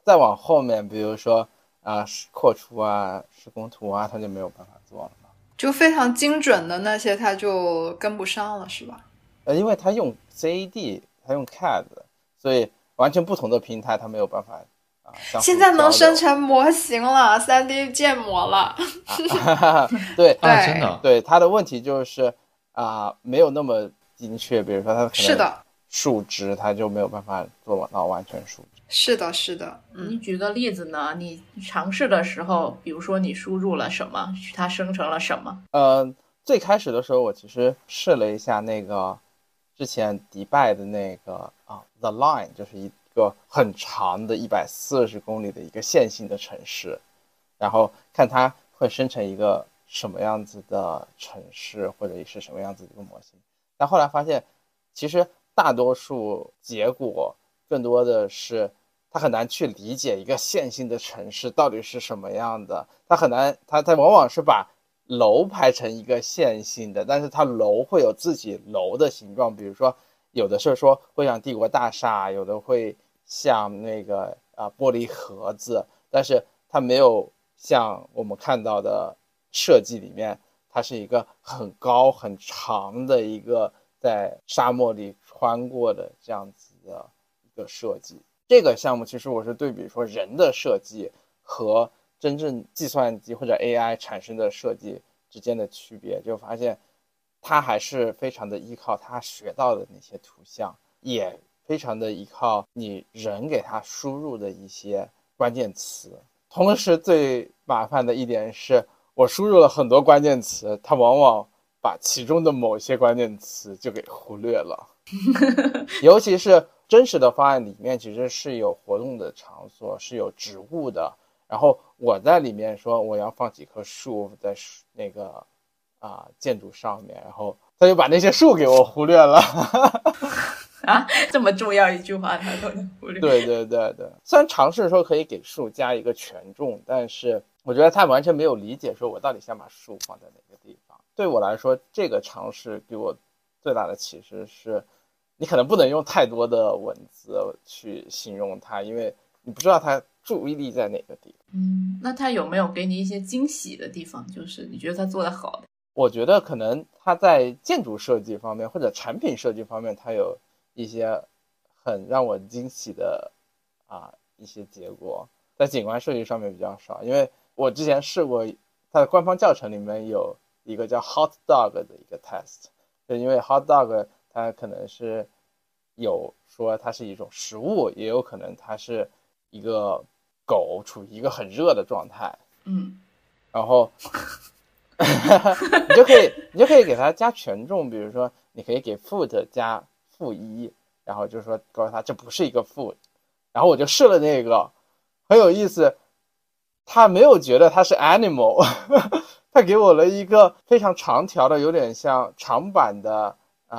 再往后面，比如说扩出啊、施工图啊，它就没有办法做了嘛。 就非常精准的那些它就跟不上了，是吧？ 因为它用 CAD， 它用 CAD， 所以完全不同的平台它没有办法现在能生成模型了 3D 建模了对真的对，它的问题就是没有那么精确，比如说它可能是的数值它就没有办法做到完全数值。 是的是的。 你举个例子呢？你尝试的时候，比如说你输入了什么，它生成了什么？ 最开始的时候我其实试了一下那个之前迪拜的那个The Line， 就是一个很长的140公里的一个线性的城市，然后看它会生成一个什么样子的城市，或者是什么样子的一个模型。但后来发现其实大多数结果更多的是它很难去理解一个线性的城市到底是什么样的，它很难，它往往是把楼排成一个线性的，但是它楼会有自己楼的形状，比如说有的是说会像帝国大厦，有的会像那个玻璃盒子，但是它没有像我们看到的设计里面，它是一个很高很长的一个在沙漠里穿过的这样子的一个设计。这个项目其实我是对比说人的设计和真正计算机或者 AI 产生的设计之间的区别，就发现它还是非常的依靠它学到的那些图像，也非常的依靠你人给它输入的一些关键词。同时最麻烦的一点是，我输入了很多关键词，它往往把其中的某些关键词就给忽略了尤其是真实的方案里面其实是有活动的场所，是有植物的，然后我在里面说我要放几棵树在那个建筑上面，然后他就把那些树给我忽略了这么重要一句话他都能忽略。 对对对对，虽然尝试说可以给树加一个权重，但是我觉得他完全没有理解说我到底想把树放在哪个地方。对我来说，这个尝试给我最大的启示是，你可能不能用太多的文字去形容它，因为你不知道他注意力在哪个地方。 那他有没有给你一些惊喜的地方，就是你觉得他做得好的？ 我觉得可能他在建筑设计方面或者产品设计方面，他有一些很让我惊喜的一些结果，在景观设计上面比较少，因为我之前试过它的官方教程里面有一个叫 hot dog 的一个 test， 就因为 hot dog 它可能是有说它是一种食物，也有可能它是一个狗处于一个很热的状态，然后你就可以给它加权重，比如说你可以给 food 加-1，然后就说告诉他这不是一个 food， 然后我就试了那个，很有意思，他没有觉得它是 animal 他给我了一个非常长条的有点像长版的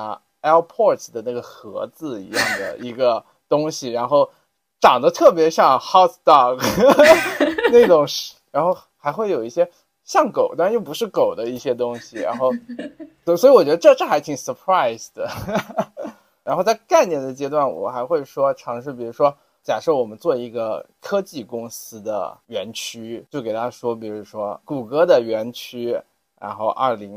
Airports 的那个盒子一样的一个东西，然后长得特别像 hot dog 那种，然后还会有一些像狗但又不是狗的一些东西，然后所以我觉得这还挺 surprise 的然后在概念的阶段我还会说尝试，比如说假设我们做一个科技公司的园区，就给他说比如说谷歌的园区，然后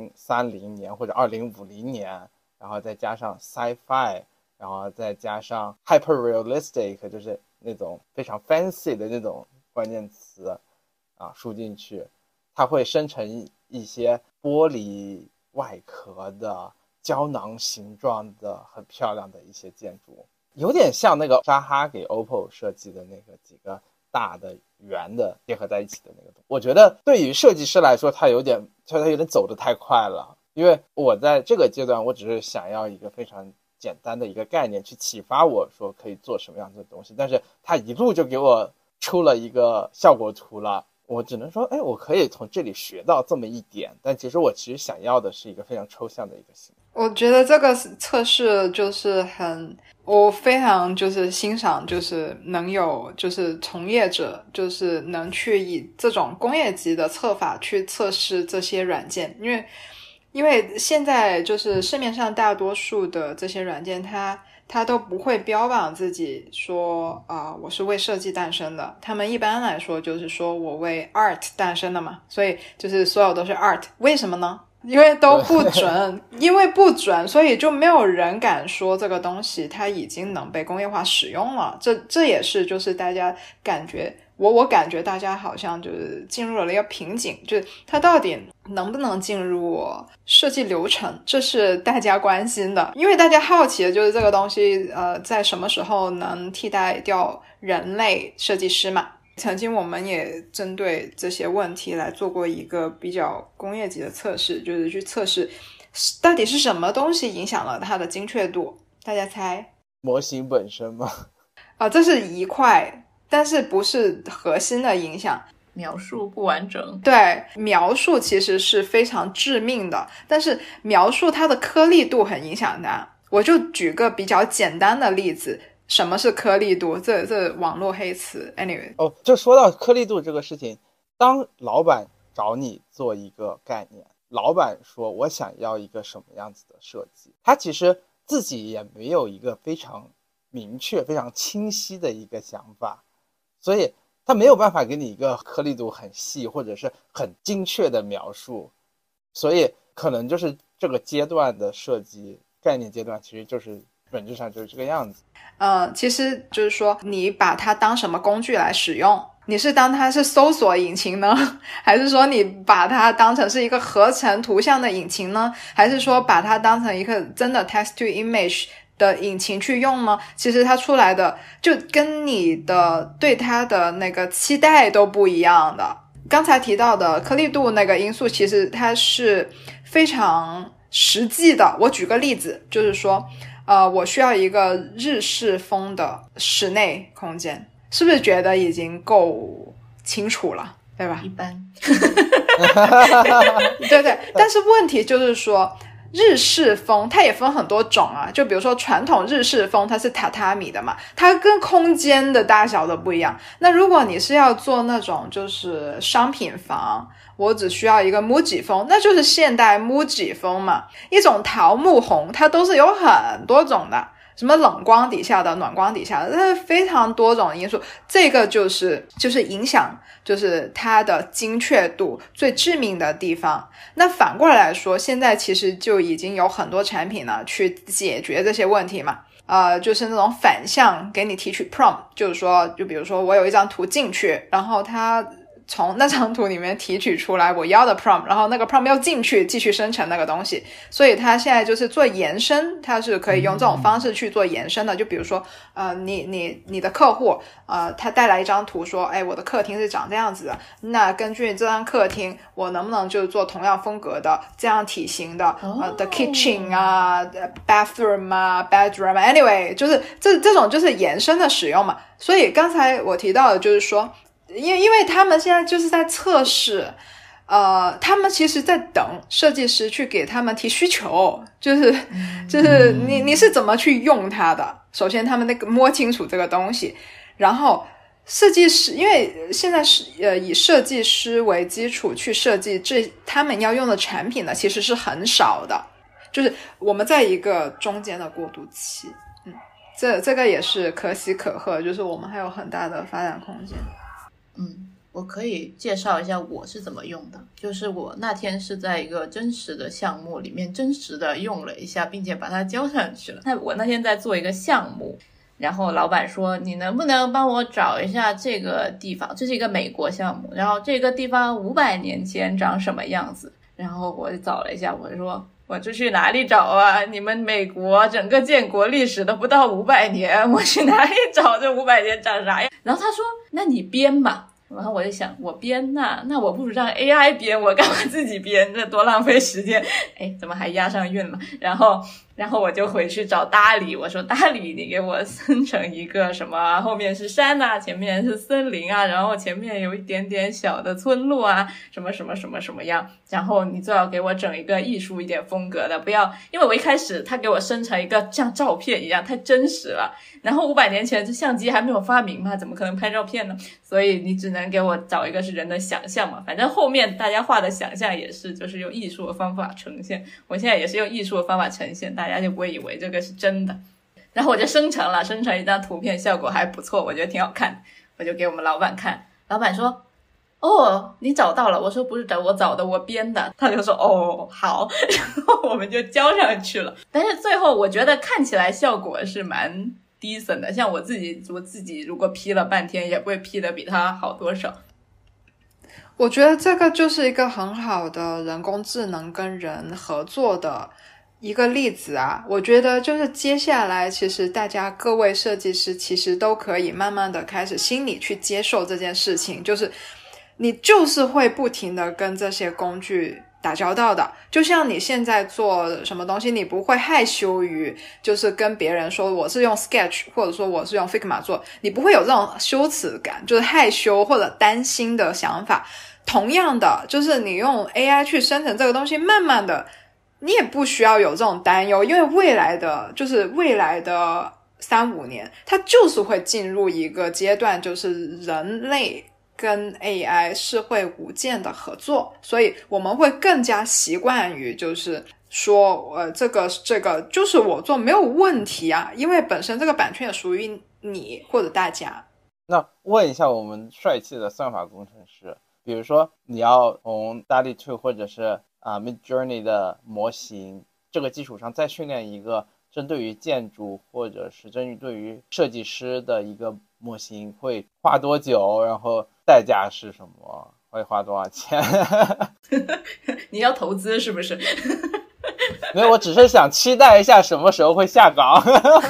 2030年或者2050年，然后再加上 sci-fi， 然后再加上 hyper realistic， 就是那种非常 fancy 的那种关键词输进去，它会生成一些玻璃外壳的胶囊形状的很漂亮的一些建筑，有点像那个扎哈给 OPPO 设计的那个几个大的圆的结合在一起的那个东西。我觉得对于设计师来说他有点走得太快了，因为我在这个阶段我只是想要一个非常简单的一个概念去启发我说可以做什么样子的东西，但是他一路就给我出了一个效果图了，我只能说我可以从这里学到这么一点，但其实想要的是一个非常抽象的一个形式。 我觉得这个测试就是我非常就是欣赏，就是能有就是从业者就是能去以这种工业级的测法去测试这些软件，因为现在就是市面上大多数的这些软件它他都不会标榜自己说我是为设计诞生的，他们一般来说就是说我为 art 诞生的嘛，所以就是所有都是 art。 为什么呢？因为都不准因为不准，所以就没有人敢说这个东西它已经能被工业化使用了。这也是就是大家感觉我感觉大家好像就是进入了一个瓶颈，就是它到底能不能进入设计流程，这是大家关心的。因为大家好奇的就是这个东西在什么时候能替代掉人类设计师嘛。曾经我们也针对这些问题来做过一个比较工业级的测试，就是去测试到底是什么东西影响了它的精确度。大家猜？ 模型本身吗？ 这是一块，但是不是核心的影响。 描述不完整。 对，描述其实是非常致命的，但是描述它的颗粒度很影响它。我就举个比较简单的例子，什么是颗粒度？这网络黑词 anyway。 就说到颗粒度这个事情，当老板找你做一个概念，老板说我想要一个什么样子的设计，他其实自己也没有一个非常明确非常清晰的一个想法，所以他没有办法给你一个颗粒度很细或者是很精确的描述，所以可能就是这个阶段的设计概念阶段其实就是本质上就是这个样子。 其实就是说你把它当什么工具来使用，你是当它是搜索引擎呢，还是说你把它当成是一个合成图像的引擎呢，还是说把它当成一个真的 text to image 的引擎去用呢？其实它出来的就跟你的对它的那个期待都不一样的。刚才提到的颗粒度那个因素其实它是非常实际的。我举个例子，就是说我需要一个日式风的室内空间，是不是觉得已经够清楚了，对吧？ 一般对对，但是问题就是说日式风它也分很多种啊，就比如说传统日式风它是榻榻米的嘛，它跟空间的大小都不一样。那如果你是要做那种就是商品房，我只需要一个 MUJI 风，那就是现代 MUJI 风嘛。一种桃木红它都是有很多种的，什么冷光底下的暖光底下的，它是非常多种的因素。这个就是影响就是它的精确度最致命的地方。那反过来说，现在其实就已经有很多产品呢去解决这些问题嘛。就是那种反向给你提取 prompt， 就是说就比如说我有一张图进去，然后它从那张图里面提取出来我要的 prompt， 然后那个 prompt 要进去继续生成那个东西。所以它现在就是做延伸，它是可以用这种方式去做延伸的。就比如说你的客户他带来一张图说，哎，我的客厅是长这样子的，那根据这张客厅我能不能就做同样风格的这样体型的的 kitchen 啊 bathroom 啊 bedroom anyway， 就是这种就是延伸的使用嘛。所以刚才我提到的就是说因为他们现在就是在测试，他们其实在等设计师去给他们提需求，就是你是怎么去用它的。首先他们那个摸清楚这个东西，然后设计师因为现在是以设计师为基础去设计他们要用的产品呢，其实是很少的，就是我们在一个中间的过渡期。这个也是可喜可贺，就是我们还有很大的发展空间。 我可以介绍一下我是怎么用的。就是我那天是在一个真实的项目里面真实的用了一下，并且把它交上去了。我那天在做一个项目，然后老板说你能不能帮我找一下这个地方，这是一个美国项目，然后这个地方500年前长什么样子。然后我找了一下，我说我这去哪里找啊？你们美国整个建国历史都不到500年，我去哪里找这500年长啥样？然后他说那你编吧。然后我就想我编那我不如让 AI 编，我干嘛自己编，这多浪费时间。怎么还押上韵了。然后我就回去找大理，我说大理你给我生成一个什么，后面是山啊，前面是森林啊，然后前面有一点点小的村落啊，什么什么什么什么样，然后你最好给我整一个艺术一点风格的，不要因为我一开始他给我生成一个像照片一样太真实了，然后500年前这相机还没有发明嘛，怎么可能拍照片呢？所以你只能给我找一个是人的想象嘛，反正后面大家画的想象也是就是用艺术的方法呈现，我现在也是用艺术的方法呈现，大家就不会以为这个是真的。 然后我就生成一张图片，效果还不错，我觉得挺好看，我就给我们老板看，老板说哦，你找到了？我说不是的，我找的，我编的。他就说哦，好，然后我们就交上去了。但是最后我觉得看起来效果是蛮decent的，像我自己如果 P 了半天，也不会 P 的比他好多少。 我觉得这个就是一个很好的人工智能跟人合作的一个例子啊。我觉得就是接下来其实大家各位设计师其实都可以慢慢的开始心里去接受这件事情，就是你就是会不停的跟这些工具打交道的，就像你现在做什么东西，你不会害羞于就是跟别人说我是用 Sketch 或者说我是用 Figma 做，你不会有这种羞耻感，就是害羞或者担心的想法。同样的，就是你用 AI 去生成这个东西，慢慢的你也不需要有这种担忧，因为未来的3-5年，它就是会进入一个阶段，就是人类跟 AI 是会无间的合作，所以我们会更加习惯于就是说这个就是我做没有问题啊，因为本身这个版权也属于你或者大家。 那问一下我们帅气的算法工程师，比如说你要从 DALL-E 2或者是Midjourney 的模型这个基础上再训练一个针对于建筑或者是针对于设计师的一个模型，会花多久？然后代价是什么？会花多少钱？ 你要投资是不是？ 没有，我只是想期待一下什么时候会下岗。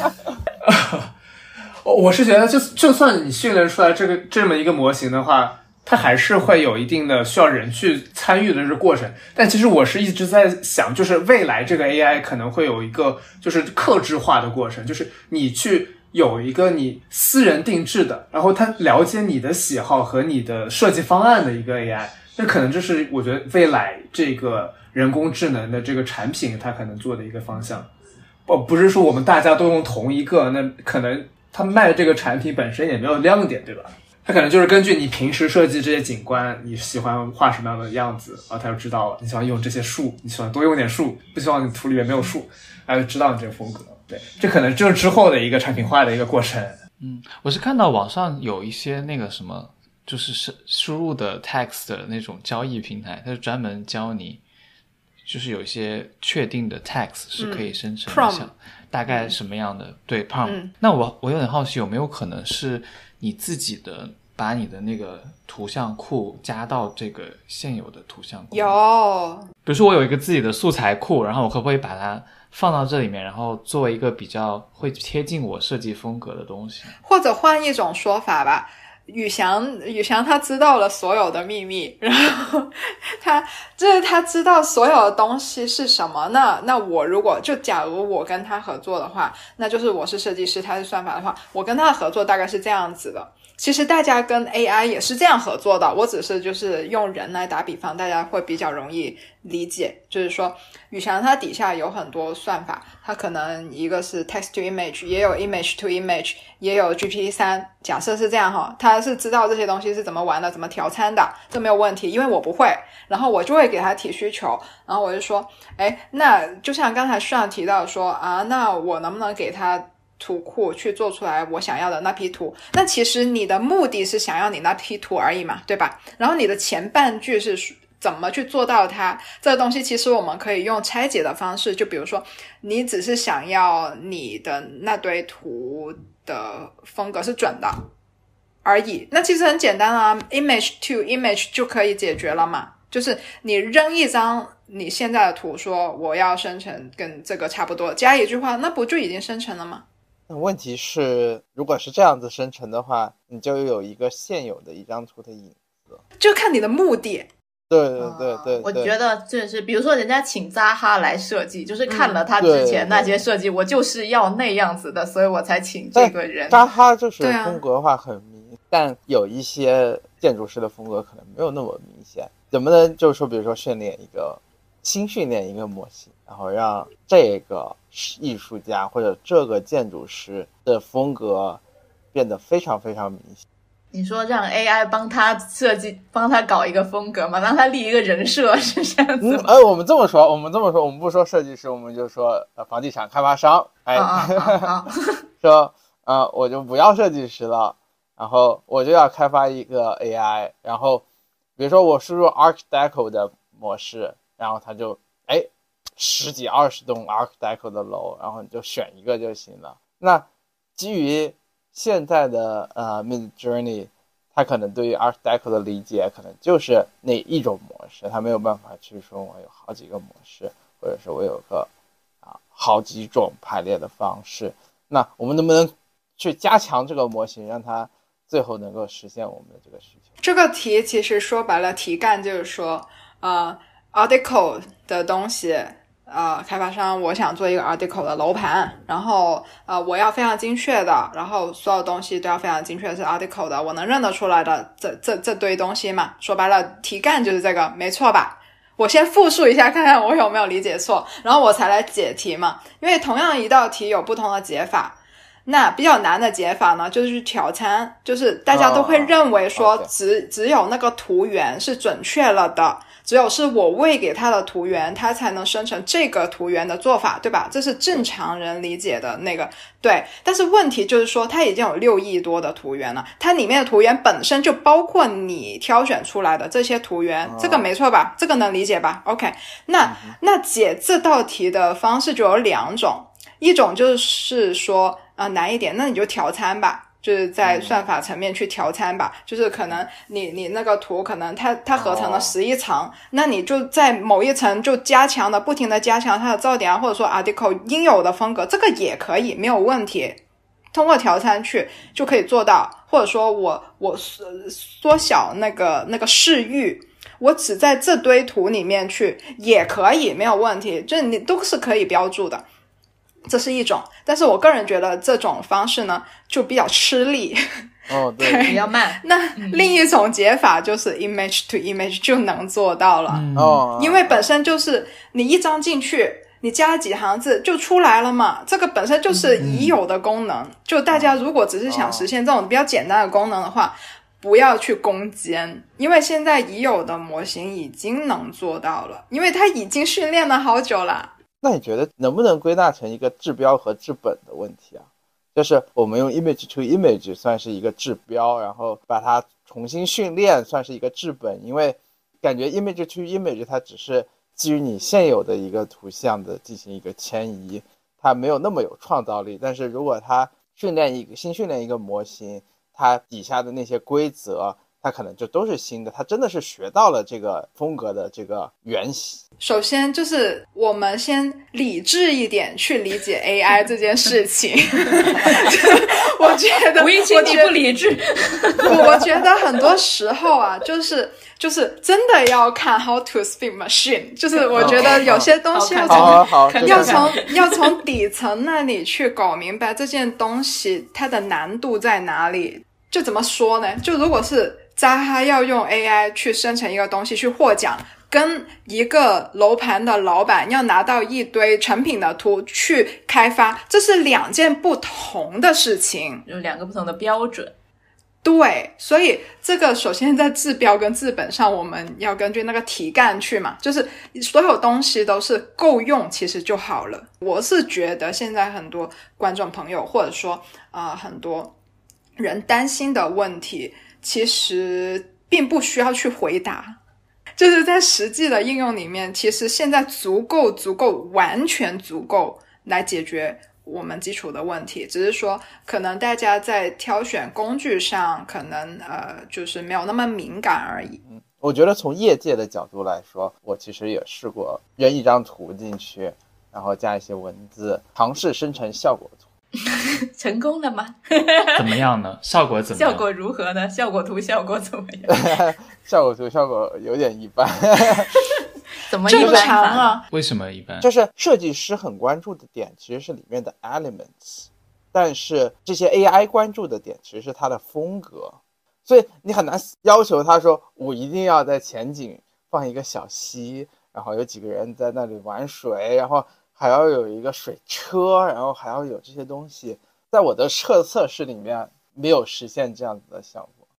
我是觉得就算你训练出来这么一个模型的话，它还是会有一定的需要人去参与的这个过程。但其实我是一直在想，就是未来这个 AI 可能会有一个就是客制化的过程，就是你去有一个你私人定制的，然后它了解你的喜好和你的设计方案的一个 AI。那可能这是我觉得未来这个人工智能的这个产品它可能做的一个方向。不是说我们大家都用同一个，那可能他卖的这个产品本身也没有亮点，对吧？它可能就是根据你平时设计这些景观，你喜欢画什么样的样子，然后它就知道了你喜欢用这些树，你喜欢多用点树，不希望你图里面没有树，它就知道你这个风格。对，这可能就是之后的一个产品化的一个过程。 我是看到网上有一些那个什么，就是输入的 text 的那种交易平台，它就专门教你，就是有一些确定的 text 是可以生成像大概什么样的，对 prompt。那我有点好奇，有没有可能是你自己的把你的那个图像库加到这个现有的图像库？ 有， 比如说我有一个自己的素材库，然后我可不可以把它放到这里面，然后作为一个比较会贴近我设计风格的东西？或者换一种说法吧，宇翔他知道了所有的秘密，然后他知道所有的东西是什么。那我如果假如我跟他合作的话，那就是我是设计师，他是算法的话，我跟他的合作大概是这样子的。其实大家跟 AI 也是这样合作的，我只是就是用人来打比方，大家会比较容易理解。就是说宇翔它底下有很多算法，它可能一个是 text to image， 也有 image to image， 也有 GPT-3， 假设是这样哈，它是知道这些东西是怎么玩的，怎么调参的，这没有问题，因为我不会，然后我就会给他提需求，然后我就说那就像刚才上提到说那我能不能给他图库去做出来我想要的那批图。那其实你的目的是想要你那批图而已嘛，对吧？然后你的前半句是怎么去做到它，这个东西其实我们可以用拆解的方式，就比如说你只是想要你的那堆图的风格是准的而已，那其实很简单啊， image to image 就可以解决了嘛。就是你扔一张你现在的图，说我要生成跟这个差不多，加一句话，那不就已经生成了吗？ 问题是如果是这样子生成的话，你就有一个现有的一张图的影子， 就看你的目的。 对， 我觉得这是比如说人家请扎哈来设计，就是看了他之前那些设计，我就是要那样子的，所以我才请这个人。 扎哈就是风格化很明但有一些建筑师的风格可能没有那么明显。能不能就是说比如说训练一个模型，然后让这个艺术家或者这个建筑师的风格变得非常非常明显， 你说让 AI 帮他设计，帮他搞一个风格吗？让他立一个人设是这样子吗？ 我们这么说，我们不说设计师，我们就说房地产开发商，说我就不要设计师了，然后我就要开发一个 AI， 然后比如说我输入 Art Deco 的模式，然后它就10几20栋 Art Deco 的楼，然后你就选一个就行了。那基于现在的Mid Journey， 它可能对于 Art Deco 的理解可能就是那一种模式，它没有办法去说我有好几个模式，或者是我有个好几种排列的方式。那我们能不能去加强这个模型，让它最后能够实现我们的这个需求？ 这个题其实说白了，题干就是说Art Deco 的东西开发商我想做一个 Art Deco 的楼盘，然后我要非常精确的，然后所有东西都要非常精确的是 Art Deco 的，我能认得出来的这堆东西嘛。说白了题干就是这个，没错吧？我先复述一下看看我有没有理解错，然后我才来解题嘛。因为同样一道题有不同的解法，那比较难的解法呢就是去调参，就是大家都会认为说只有那个图源是准确了的，只有是我喂给它的图源，它才能生成这个图源的做法，对吧？这是正常人理解的那个对。但是问题就是说它已经有6亿多的图源了，它里面的图源本身就包括你挑选出来的这些图源，这个没错吧？这个能理解吧？ OK， 那解这道题的方式就有2种，一种就是说难一点，那你就调参吧，就是在算法层面去调参吧，就是可能你那个图可能它合成了11层，那你就在某一层就不停的加强它的噪点或者说 Art Deco 应有的风格，这个也可以，没有问题，通过调参去就可以做到。或者说我缩小那个视域，我只在这堆图里面去也可以，没有问题，这你都是可以标注的，这是一种。但是我个人觉得这种方式呢就比较吃力对， 比较慢。 那另一种解法就是 image to image 就能做到了因为本身就是你一张进去，你加了几行字就出来了嘛，这个本身就是已有的功能就大家如果只是想实现这种比较简单的功能的话，不要去攻坚，因为现在已有的模型已经能做到了，因为它已经训练了好久了。 那你觉得能不能归纳成一个治标和治本的问题啊？就是我们用 image to image 算是一个治标，然后把它重新训练算是一个治本，因为感觉 image to image 它只是基于你现有的一个图像的进行一个迁移，它没有那么有创造力。但是如果它新训练一个模型，它底下的那些规则它可能就都是新的，它真的是学到了这个风格的这个原型。 首先就是我们先理智一点去理解 AI 这件事情我觉得吴一清你不理智我觉得很多时候啊就是真的要看 How to Speak Machine， 就是我觉得有些东西要从底层那里去搞明白这件东西它的难度在哪里。就怎么说呢，就如果是扎哈要用 AI 去生成一个东西去获奖，跟一个楼盘的老板要拿到一堆成品的图去开发，这是2件不同的事情， 有2个不同的标准。 对，所以这个首先在治标跟治本上我们要根据那个题干去嘛，就是所有东西都是够用其实就好了。我是觉得现在很多观众朋友或者说很多人担心的问题其实并不需要去回答，就是在实际的应用里面其实现在足够完全足够来解决我们基础的问题，只是说可能大家在挑选工具上可能就是没有那么敏感而已。 我觉得从业界的角度来说，我其实也试过扔一张图进去，然后加一些文字，尝试生成效果图成功了吗？ 怎么样呢？效果怎么样？ 效果如何呢？效果图效果怎么样？ 效果图效果有点一般怎么一般啊？ 为什么一般？ 就是设计师很关注的点其实是里面的 elements， 但是这些 AI 关注的点其实是它的风格，所以你很难要求他说我一定要在前景放一个小溪，然后有几个人在那里玩水，然后还要有一个水车，然后还要有这些东西，在我的测试里面没有实现这样子的效果。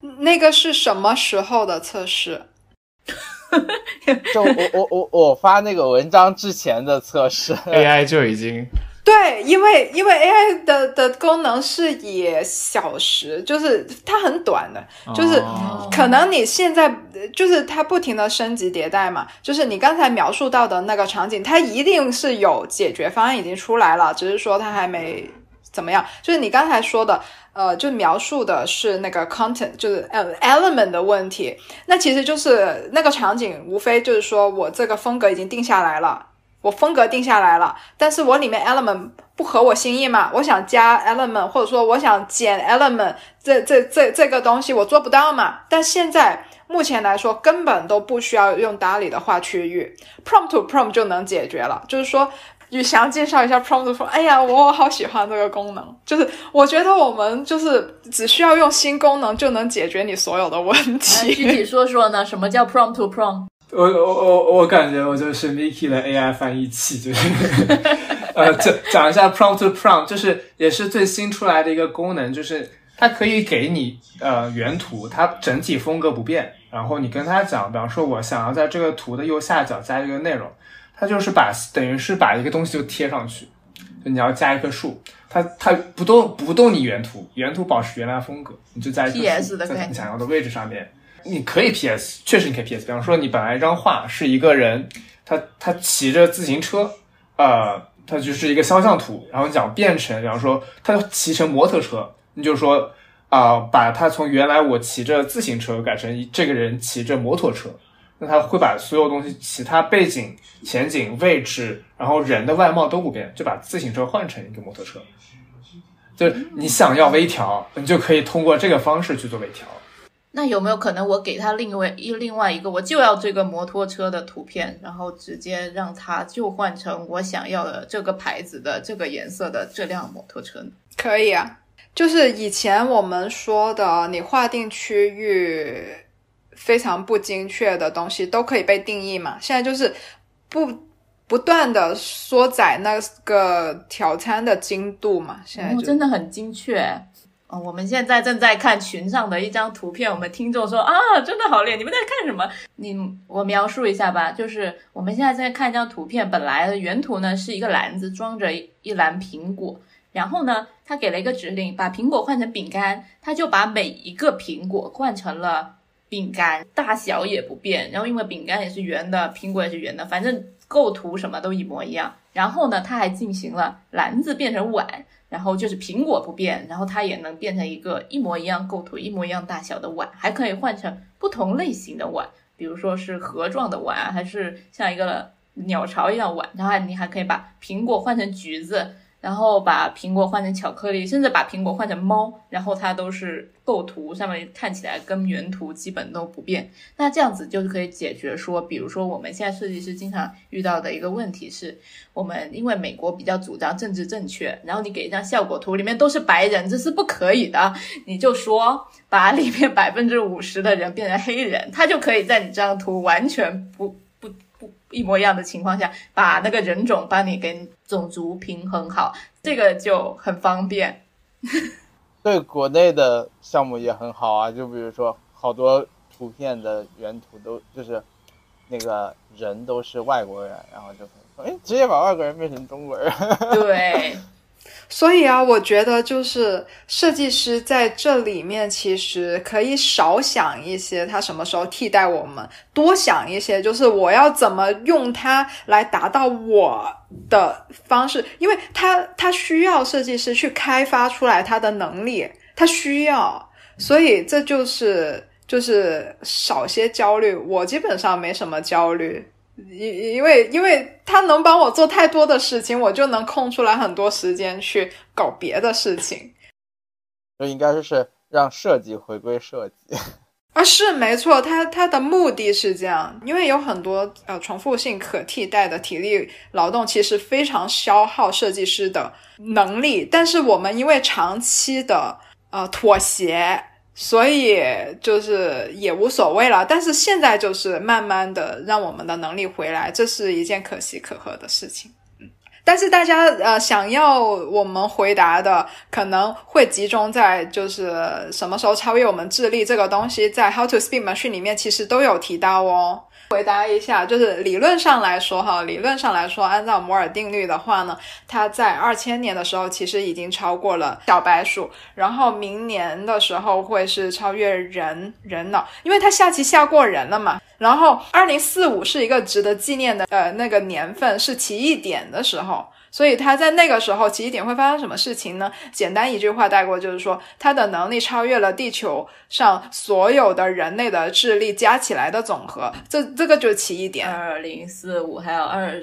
那个是什么时候的测试？ 就我发那个文章之前的测试 AI 就已经对，因为 AI 的功能是以小时，就是它很短的，就是可能你现在就是它不停的升级迭代嘛，就是你刚才描述到的那个场景，它一定是有解决方案已经出来了，只是说它还没怎么样。就是你刚才说的就描述的是那个 content 就是element 的问题，那其实就是那个场景无非就是说我这个风格已经定下来了，我风格定下来了，但是我里面 element 不合我心意嘛，我想加 element 或者说我想减 element， 这个东西我做不到嘛。但现在目前来说根本都不需要用DALL-E 的画区域， prompt to prompt 就能解决了。就是说宇翔介绍一下 prompt to prompt。 哎呀，我好喜欢这个功能，就是我觉得我们就是只需要用新功能就能解决你所有的问题。 具体说说呢，什么叫 prompt to prompt？ 我感觉我就是 Miki 的 AI 翻译器，就是讲一下 prompt to prompt， 就是也是最新出来的一个功能，就是它可以给你原图，它整体风格不变，然后你跟它讲，比方说我想要在这个图的右下角加一个内容，它就是等于是把一个东西就贴上去，就你要加一棵树，它不动你原图保持原来的风格，你就加一棵树在你想要的位置上面。你可以 PS， 确实你可以 PS。比方说，你本来一张画是一个人，他骑着自行车，他就是一个肖像图，然后你想变成，比方说他骑成摩托车，你就说把他从原来我骑着自行车改成这个人骑着摩托车，那他会把所有东西，其他背景、前景、位置，然后人的外貌都不变，就把自行车换成一个摩托车。就是你想要微调，你就可以通过这个方式去做微调。 那有没有可能我给他另外一个我就要这个摩托车的图片，然后直接让他就换成我想要的这个牌子的这个颜色的这辆摩托车呢？ 可以啊，就是以前我们说的你划定区域非常不精确的东西都可以被定义嘛，现在就是不断的缩窄那个调参的精度嘛，现在真的很精确。我们现在正在看群上的一张图片，我们听众说真的好厉害，你们在看什么？我描述一下吧，就是我们现在在看一张图片，本来的原图呢是一个篮子装着一篮苹果，然后呢他给了一个指令，把苹果换成饼干，他就把每一个苹果换成了饼干，大小也不变，然后因为饼干也是圆的，苹果也是圆的，反正构图什么都一模一样。然后呢他还进行了篮子变成碗，然后就是苹果不变，然后它也能变成一个一模一样构图一模一样大小的碗，还可以换成不同类型的碗，比如说是盒状的碗，还是像一个鸟巢一样碗，然后你还可以把苹果换成橘子，然后把苹果换成巧克力，甚至把苹果换成猫，然后它都是构图上面看起来跟原图基本都不变。那这样子就可以解决说，比如说我们现在设计师经常遇到的一个问题是，我们因为美国比较主张政治正确，然后你给一张效果图里面都是白人，这是不可以的，你就说把里面 50% 的人变成黑人，他就可以在你这张图完全不一模一样的情况下，把那个人种帮你给种族平衡好，这个就很方便。 对国内的项目也很好啊，就比如说好多图片的原图都就是那个人都是外国人，然后就直接把外国人变成中国人。 对， 所以啊，我觉得就是设计师在这里面其实可以少想一些他什么时候替代我们，多想一些就是我要怎么用它来达到我的方式，因为他需要设计师去开发出来他的能力，他需要，所以这就是少些焦虑。我基本上没什么焦虑，因为他能帮我做太多的事情，我就能空出来很多时间去搞别的事情。 就应该是让设计回归设计。 是没错，它的目的是这样，因为有很多重复性可替代的体力劳动其实非常消耗设计师的能力，但是我们因为长期的妥协，所以就是也无所谓了，但是现在就是慢慢的让我们的能力回来，这是一件可喜可贺的事情。 但是大家想要我们回答的可能会集中在就是什么时候超越我们智力这个东西，在 How to Speak Machine 里面其实都有提到哦。回答一下，就是理论上来说，按照摩尔定律的话呢，它在2000年的时候其实已经超过了小白鼠，然后明年的时候会是超越人脑，因为它下棋下过人了嘛。然后2045是一个值得纪念的那个年份，是奇异点的时候。所以他在那个时候奇异点会发生什么事情呢？简单一句话带过，就是说他的能力超越了地球上所有的人类的智力加起来的总和，这个就是奇异点。 2045还有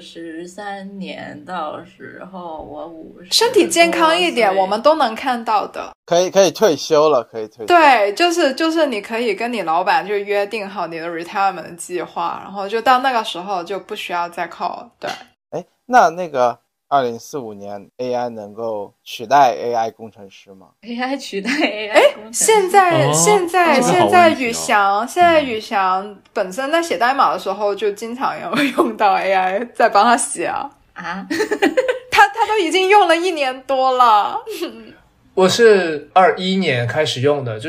23年，到时候我50， 身体健康一点我们都能看到的。 可以退休了，可以退休。 对，就是你可以跟你老板就约定好你的 retirement 的计划，然后就到那个时候就不需要再靠。对， 那个2045年 AI 能够取代 AI 工程师吗？ AI 取代 AI 工程师。 现在宇翔翔本身在写代码的时候就经常有用到 AI 在帮他写啊，他都已经用了1年多了。 我是21年开始用的，就是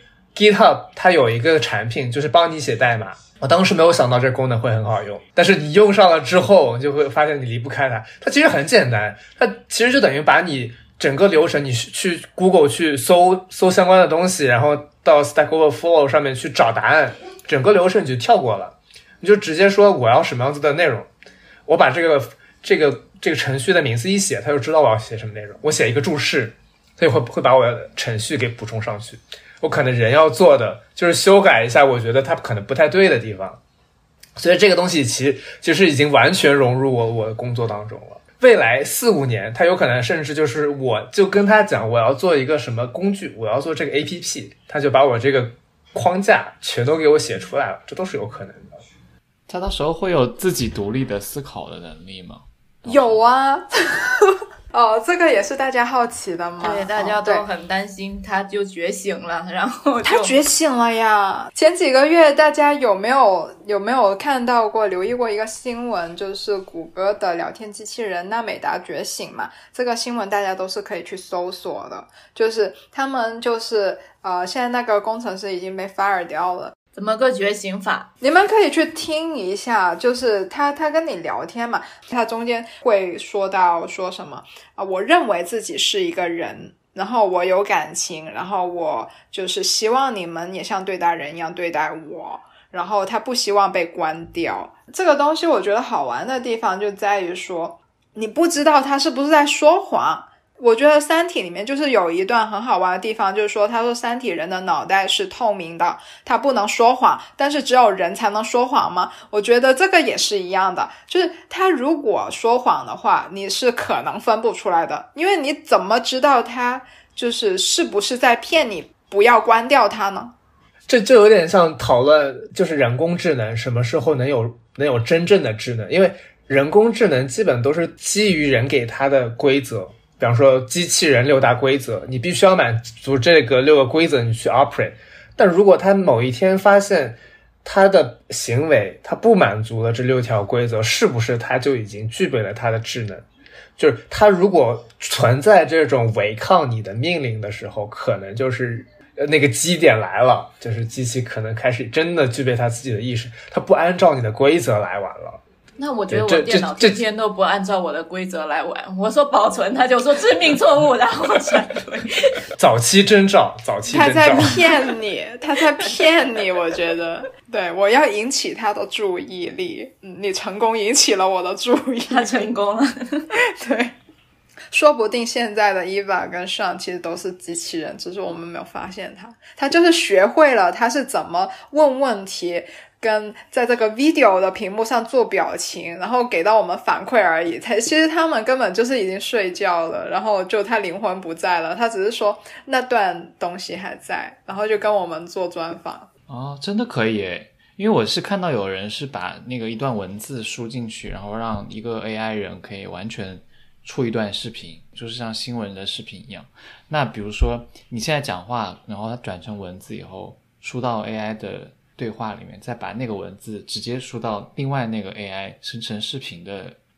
GitHub 它有一个产品就是帮你写代码，我当时没有想到这个功能会很好用，但是你用上了之后就会发现你离不开它。它其实很简单，它其实就等于把你整个流程，你去 Google 去搜相关的东西，然后到 Stack Overflow 上面去找答案，整个流程你就跳过了，你就直接说我要什么样子的内容，我把这个程序的名字一写，它就知道我要写什么内容。我写一个注释，它就会把我的程序给补充上去。我可能人要做的就是修改一下我觉得它可能不太对的地方，所以这个东西其实已经完全融入我的工作当中了。未来4-5年它有可能甚至就是我就跟他讲我要做一个什么工具，我要做这个 APP， 他就把我这个框架全都给我写出来了，这都是有可能的。 他到时候会有自己独立的思考的能力吗？ 有啊。哦，这个也是大家好奇的嘛。 对，大家都很担心他就觉醒了，然后他觉醒了呀。前几个月大家有没有看到过留意过一个新闻，就是谷歌的聊天机器人纳美达觉醒嘛？这个新闻大家都是可以去搜索的，就是他们就是现在那个工程师已经被 fire 掉了。 怎么个觉醒法？ 你们可以去听一下，就是他跟你聊天嘛，他中间会说什么我认为自己是一个人，然后我有感情，然后我就是希望你们也像对待人一样对待我，然后他不希望被关掉。这个东西我觉得好玩的地方就在于说，你不知道他是不是在说谎。我觉得三体里面就是有一段很好玩的地方，就是说他说三体人的脑袋是透明的，他不能说谎，但是只有人才能说谎吗？我觉得这个也是一样的，就是他如果说谎的话，你是可能分不出来的，因为你怎么知道他是不是在骗你不要关掉它呢？ 这就有点像讨论就是人工智能什么时候能有真正的智能，因为人工智能基本都是基于人给它的规则，比方说机器人6大规则，你必须要满足这个6个规则你去 operate。 但如果他某一天发现他的行为他不满足了这6条规则，是不是他就已经具备了他的智能？就是他如果存在这种违抗你的命令的时候，可能就是那个基点来了，就是机器可能开始真的具备他自己的意识，他不按照你的规则来玩了。 那我觉得我电脑天天都不按照我的规则来玩，我说保存，他就说致命错误，然后闪退。 早期征兆。 他在骗你，我觉得。对，我要引起他的注意力。你成功引起了我的注意力。 他成功了。 对。说不定现在的 Eva 跟 Sean 其实都是机器人，只是我们没有发现他就是学会了他是怎么问问题，跟在这个 video 的屏幕上做表情，然后给到我们反馈而已。其实他们根本就是已经睡觉了，然后就他灵魂不在了，他只是说那段东西还在，然后就跟我们做专访。 哦，真的可以耶。因为我是看到有人是把那个一段文字输进去，然后让一个 AI 人可以完全出一段视频，就是像新闻的视频一样。那比如说你现在讲话，然后它转成文字以后输到 AI 的对话里面，再把那个文字直接输到另外那个 AI 生成视频的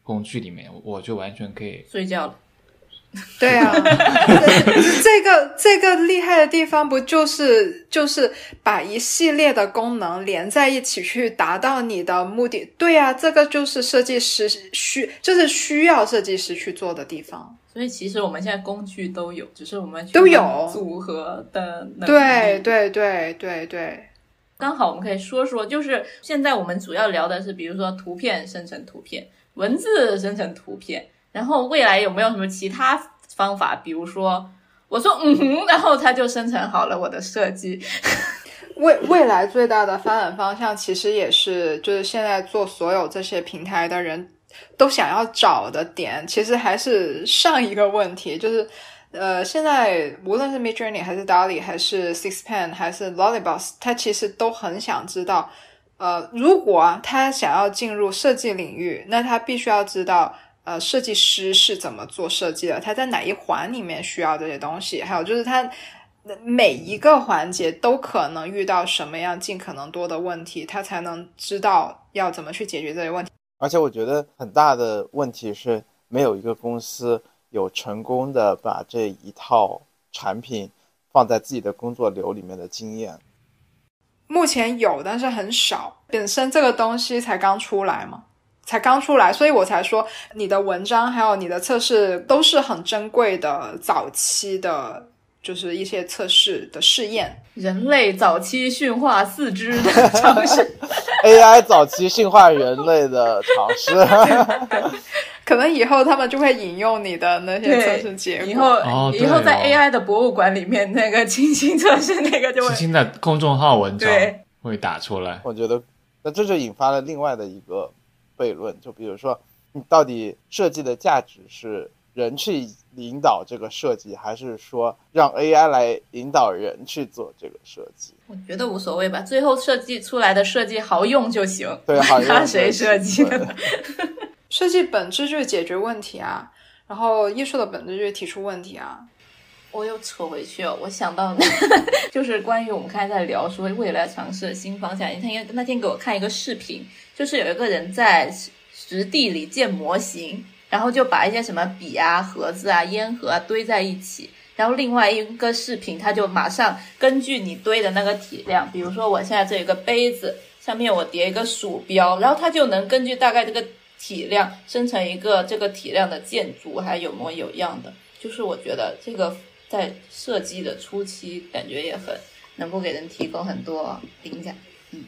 工具里面，我就完全可以睡觉了。 对啊，这个厉害的地方不就是把一系列的功能连在一起去达到你的目的？对啊，这个就是设计师需要设计师去做的地方。 所以其实我们现在工具都有，只是我们都有组合的能力。 对对对对对。 刚好我们可以说说，就是现在我们主要聊的是，比如说图片生成图片，文字生成图片，然后未来有没有什么其他方法？比如说我说然后它就生成好了我的设计。 未来最大的发展方向其实也是，就是现在做所有这些平台的人都想要找的点，其实还是上一个问题，就是现在无论是 Midjourney 还是 DALL-E 还是 Sixpen 还是 Lollyboss， 他其实都很想知道如果他想要进入设计领域，那他必须要知道设计师是怎么做设计的，他在哪一环里面需要这些东西，还有就是他每一个环节都可能遇到什么样尽可能多的问题，他才能知道要怎么去解决这些问题。 而且我觉得很大的问题是没有一个公司有成功的把这一套产品放在自己的工作流里面的经验。 目前有，但是很少，本身这个东西才刚出来嘛，所以我才说你的文章还有你的测试都是很珍贵的早期的，就是一些测试的试验， 人类早期驯化四肢的尝试 AI 早期驯化人类的尝试可能以后他们就会引用你的那些测试结果。 以后在 AI 的博物馆里面，那个情形测试那个就会新的公众号文章会打出来。 我觉得那这就引发了另外的一个悖论，就比如说你到底设计的价值是人去引导这个设计，还是说让 AI 来引导人去做这个设计？ 我觉得无所谓吧，最后设计出来的设计好用就行。 对，好用。 看谁设计的。 设计本质就是解决问题啊，然后艺术的本质就是提出问题啊。 我又扯回去了，我想到就是关于我们刚才在聊说未来尝试的新方向。那天给我看一个视频，就是有一个人在实地里建模型，然后就把一些什么笔啊、盒子啊、烟盒啊堆在一起，然后另外一个视频他就马上根据你堆的那个体量，比如说我现在这有个杯子，上面我叠一个鼠标，然后他就能根据大概这个体量生成一个这个体量的建筑，还有模有样的。就是我觉得这个在设计的初期感觉也很能够给人提供很多灵感。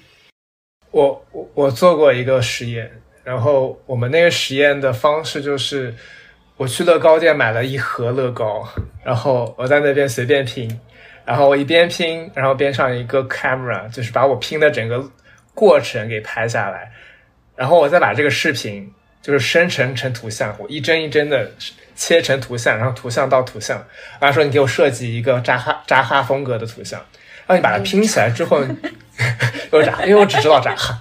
我做过一个实验，然后我们那个实验的方式就是我去乐高店买了一盒乐高，然后我在那边随便拼，然后我一边拼然后边上一个 camera， 就是把我拼的整个过程给拍下来，然后我再把这个视频就是生成成图像，我一帧一帧的切成图像，然后图像到图像，然后说你给我设计一个扎哈风格的图像，然后你把它拼起来之后因为我只知道扎哈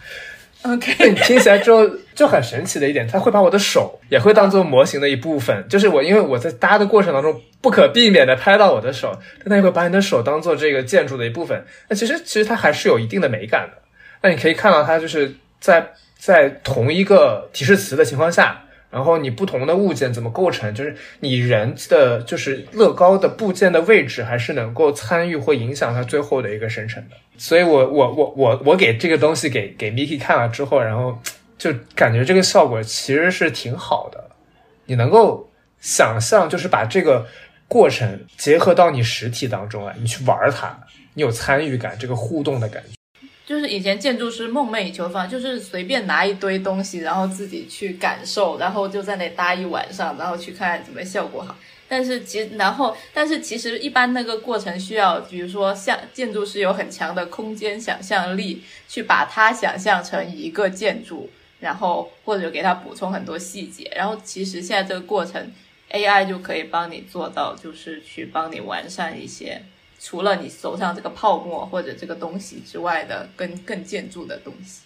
OK， 你拼起来之后就很神奇的一点，它会把我的手也会当做模型的一部分，就是因为我在搭的过程当中不可避免的拍到我的手，但它也会把你的手当做这个建筑的一部分。那其实它还是有一定的美感的。那你可以看到它就是在同一个提示词的情况下，然后你不同的物件怎么构成，就是你人的就是乐高的部件的位置还是能够参与或影响它最后的一个生成的。所以我给这个东西给 Miki 看了之后，然后就感觉这个效果其实是挺好的。你能够想象就是把这个过程结合到你实体当中来，你去玩它，你有参与感，这个互动的感觉。 就是以前建筑师梦寐以求的方法，就是随便拿一堆东西，然后自己去感受，然后就在那搭一晚上，然后去看怎么效果好。但是其实一般那个过程需要，比如说像建筑师有很强的空间想象力，去把它想象成一个建筑，然后或者给它补充很多细节。然后其实现在这个过程 AI 就可以帮你做到，就是去帮你完善一些除了你手上这个泡沫或者这个东西之外的更建筑的东西。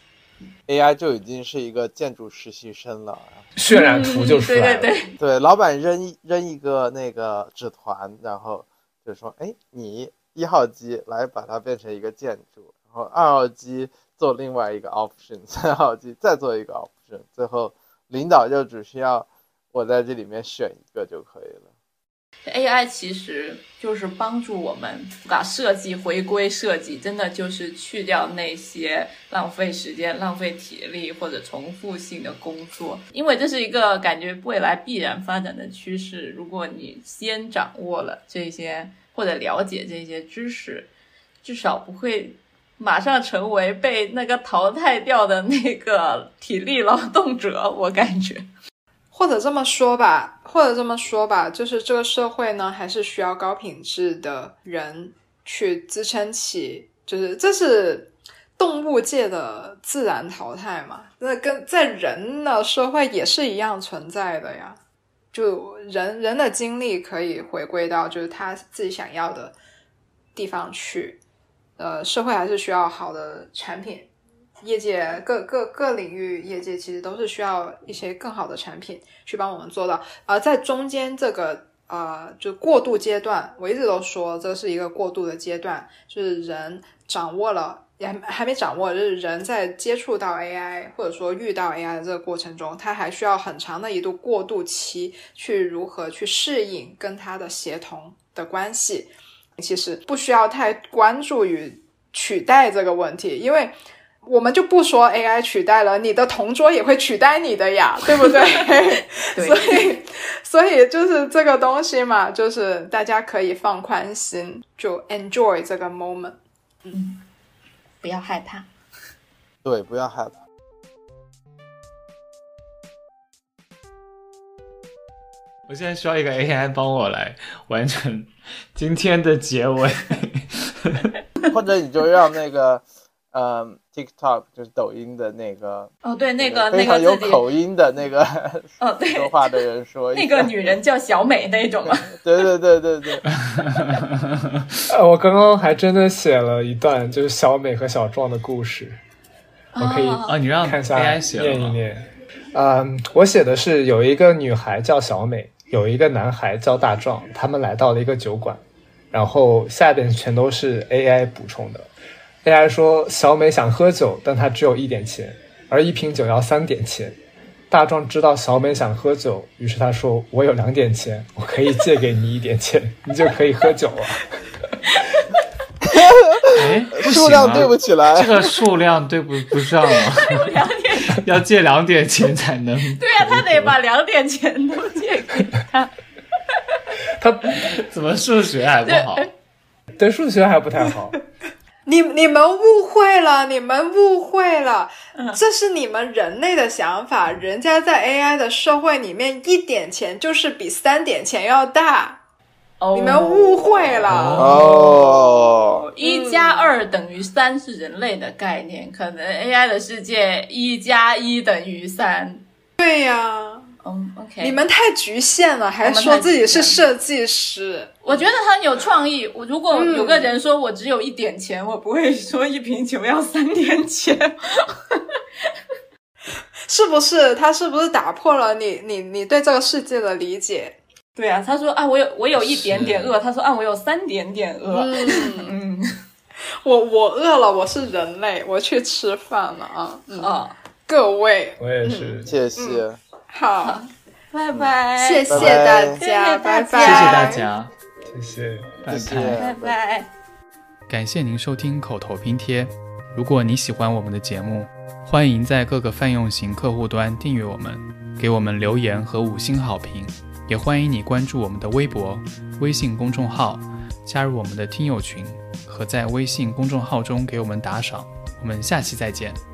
AI 就已经是一个建筑实习生了， 渲染图就出来了。 对，老板扔一个那个纸团，然后就说，哎，你1号机来把它变成一个建筑，然后2号机做另外一个 option， 3号机再做一个 option， 最后领导就只需要我在这里面选一个就可以了。 AI 其实就是帮助我们把设计回归设计，真的就是去掉那些浪费时间、浪费体力或者重复性的工作，因为这是一个感觉未来必然发展的趋势。如果你先掌握了这些或者了解这些知识，至少不会马上成为被那个淘汰掉的那个体力劳动者，我感觉。 或者这么说吧，就是这个社会呢，还是需要高品质的人去支撑起，就是这是动物界的自然淘汰嘛，那跟在人的社会也是一样存在的呀。就人的精力可以回归到就是他自己想要的地方去，社会还是需要好的产品。业界各领域业界其实都是需要一些更好的产品去帮我们做到。在中间这个就过渡阶段，我一直都说这是一个过渡的阶段，就是人掌握了也还没掌握，就是人在接触到 AI 或者说遇到 AI 的这个过程中，他还需要很长的一度过渡期去如何去适应跟他的协同的关系。其实不需要太关注于取代这个问题，因为我们就不说 AI 取代了，你的同桌也会取代你的呀，对不对？对，所以就是这个东西嘛，就是大家可以放宽心，就 enjoy 这个 moment。 不要害怕。 对，不要害怕。 我现在需要一个 AI 帮我来完成今天的结尾。 或者你就让那个TikTok 就是抖音的那个对，那个非常有口音的那个对说话的人说那个女人叫小美那种吗？ 对。 我刚刚还真的写了一段就是小美和小壮的故事，我可以你让看一下 AI 写了念一念。我写的是有一个女孩叫小美，有一个男孩叫大壮，他们来到了一个酒馆，然后下边全都是 AI 补充的。AI 说小美想喝酒，但她只有1点钱，而一瓶酒要3点钱。大壮知道小美想喝酒，于是他说我有2点钱，我可以借给你1点钱，你就可以喝酒了。 数量对不起来， 这个数量对不上啊，要借2点钱才能。 对啊，他得把2点钱都借给他。 他怎么数学还不好？ 对，数学还不太好。 你们误会了，这是你们人类的想法，人家在 AI 的社会里面1点钱就是比3点钱要大。你们误会了。 1+2等于3是人类的概念，可能 AI 的世界1+1等于3。 对呀。 OK， 你们太局限了，还说自己是设计师。 我觉得他很有创意。如果有个人说我只有1点钱，我不会说一瓶酒要3点钱。 是不是？他是不是打破了你对这个世界的理解？ 对啊，他说我有1点点饿，他说我有3点点饿。 我饿了，我是人类，我去吃饭了啊。各位， 我也是， 谢谢。 好， 拜拜， 谢谢大家，拜拜， 谢谢大家， 谢谢， 拜拜。 感谢您收听口头拼贴。如果你喜欢我们的节目，欢迎在各个泛用型客户端订阅我们，给我们留言和5星好评。也欢迎你关注我们的微博、微信公众号，加入我们的听友群，和在微信公众号中给我们打赏。我们下期再见。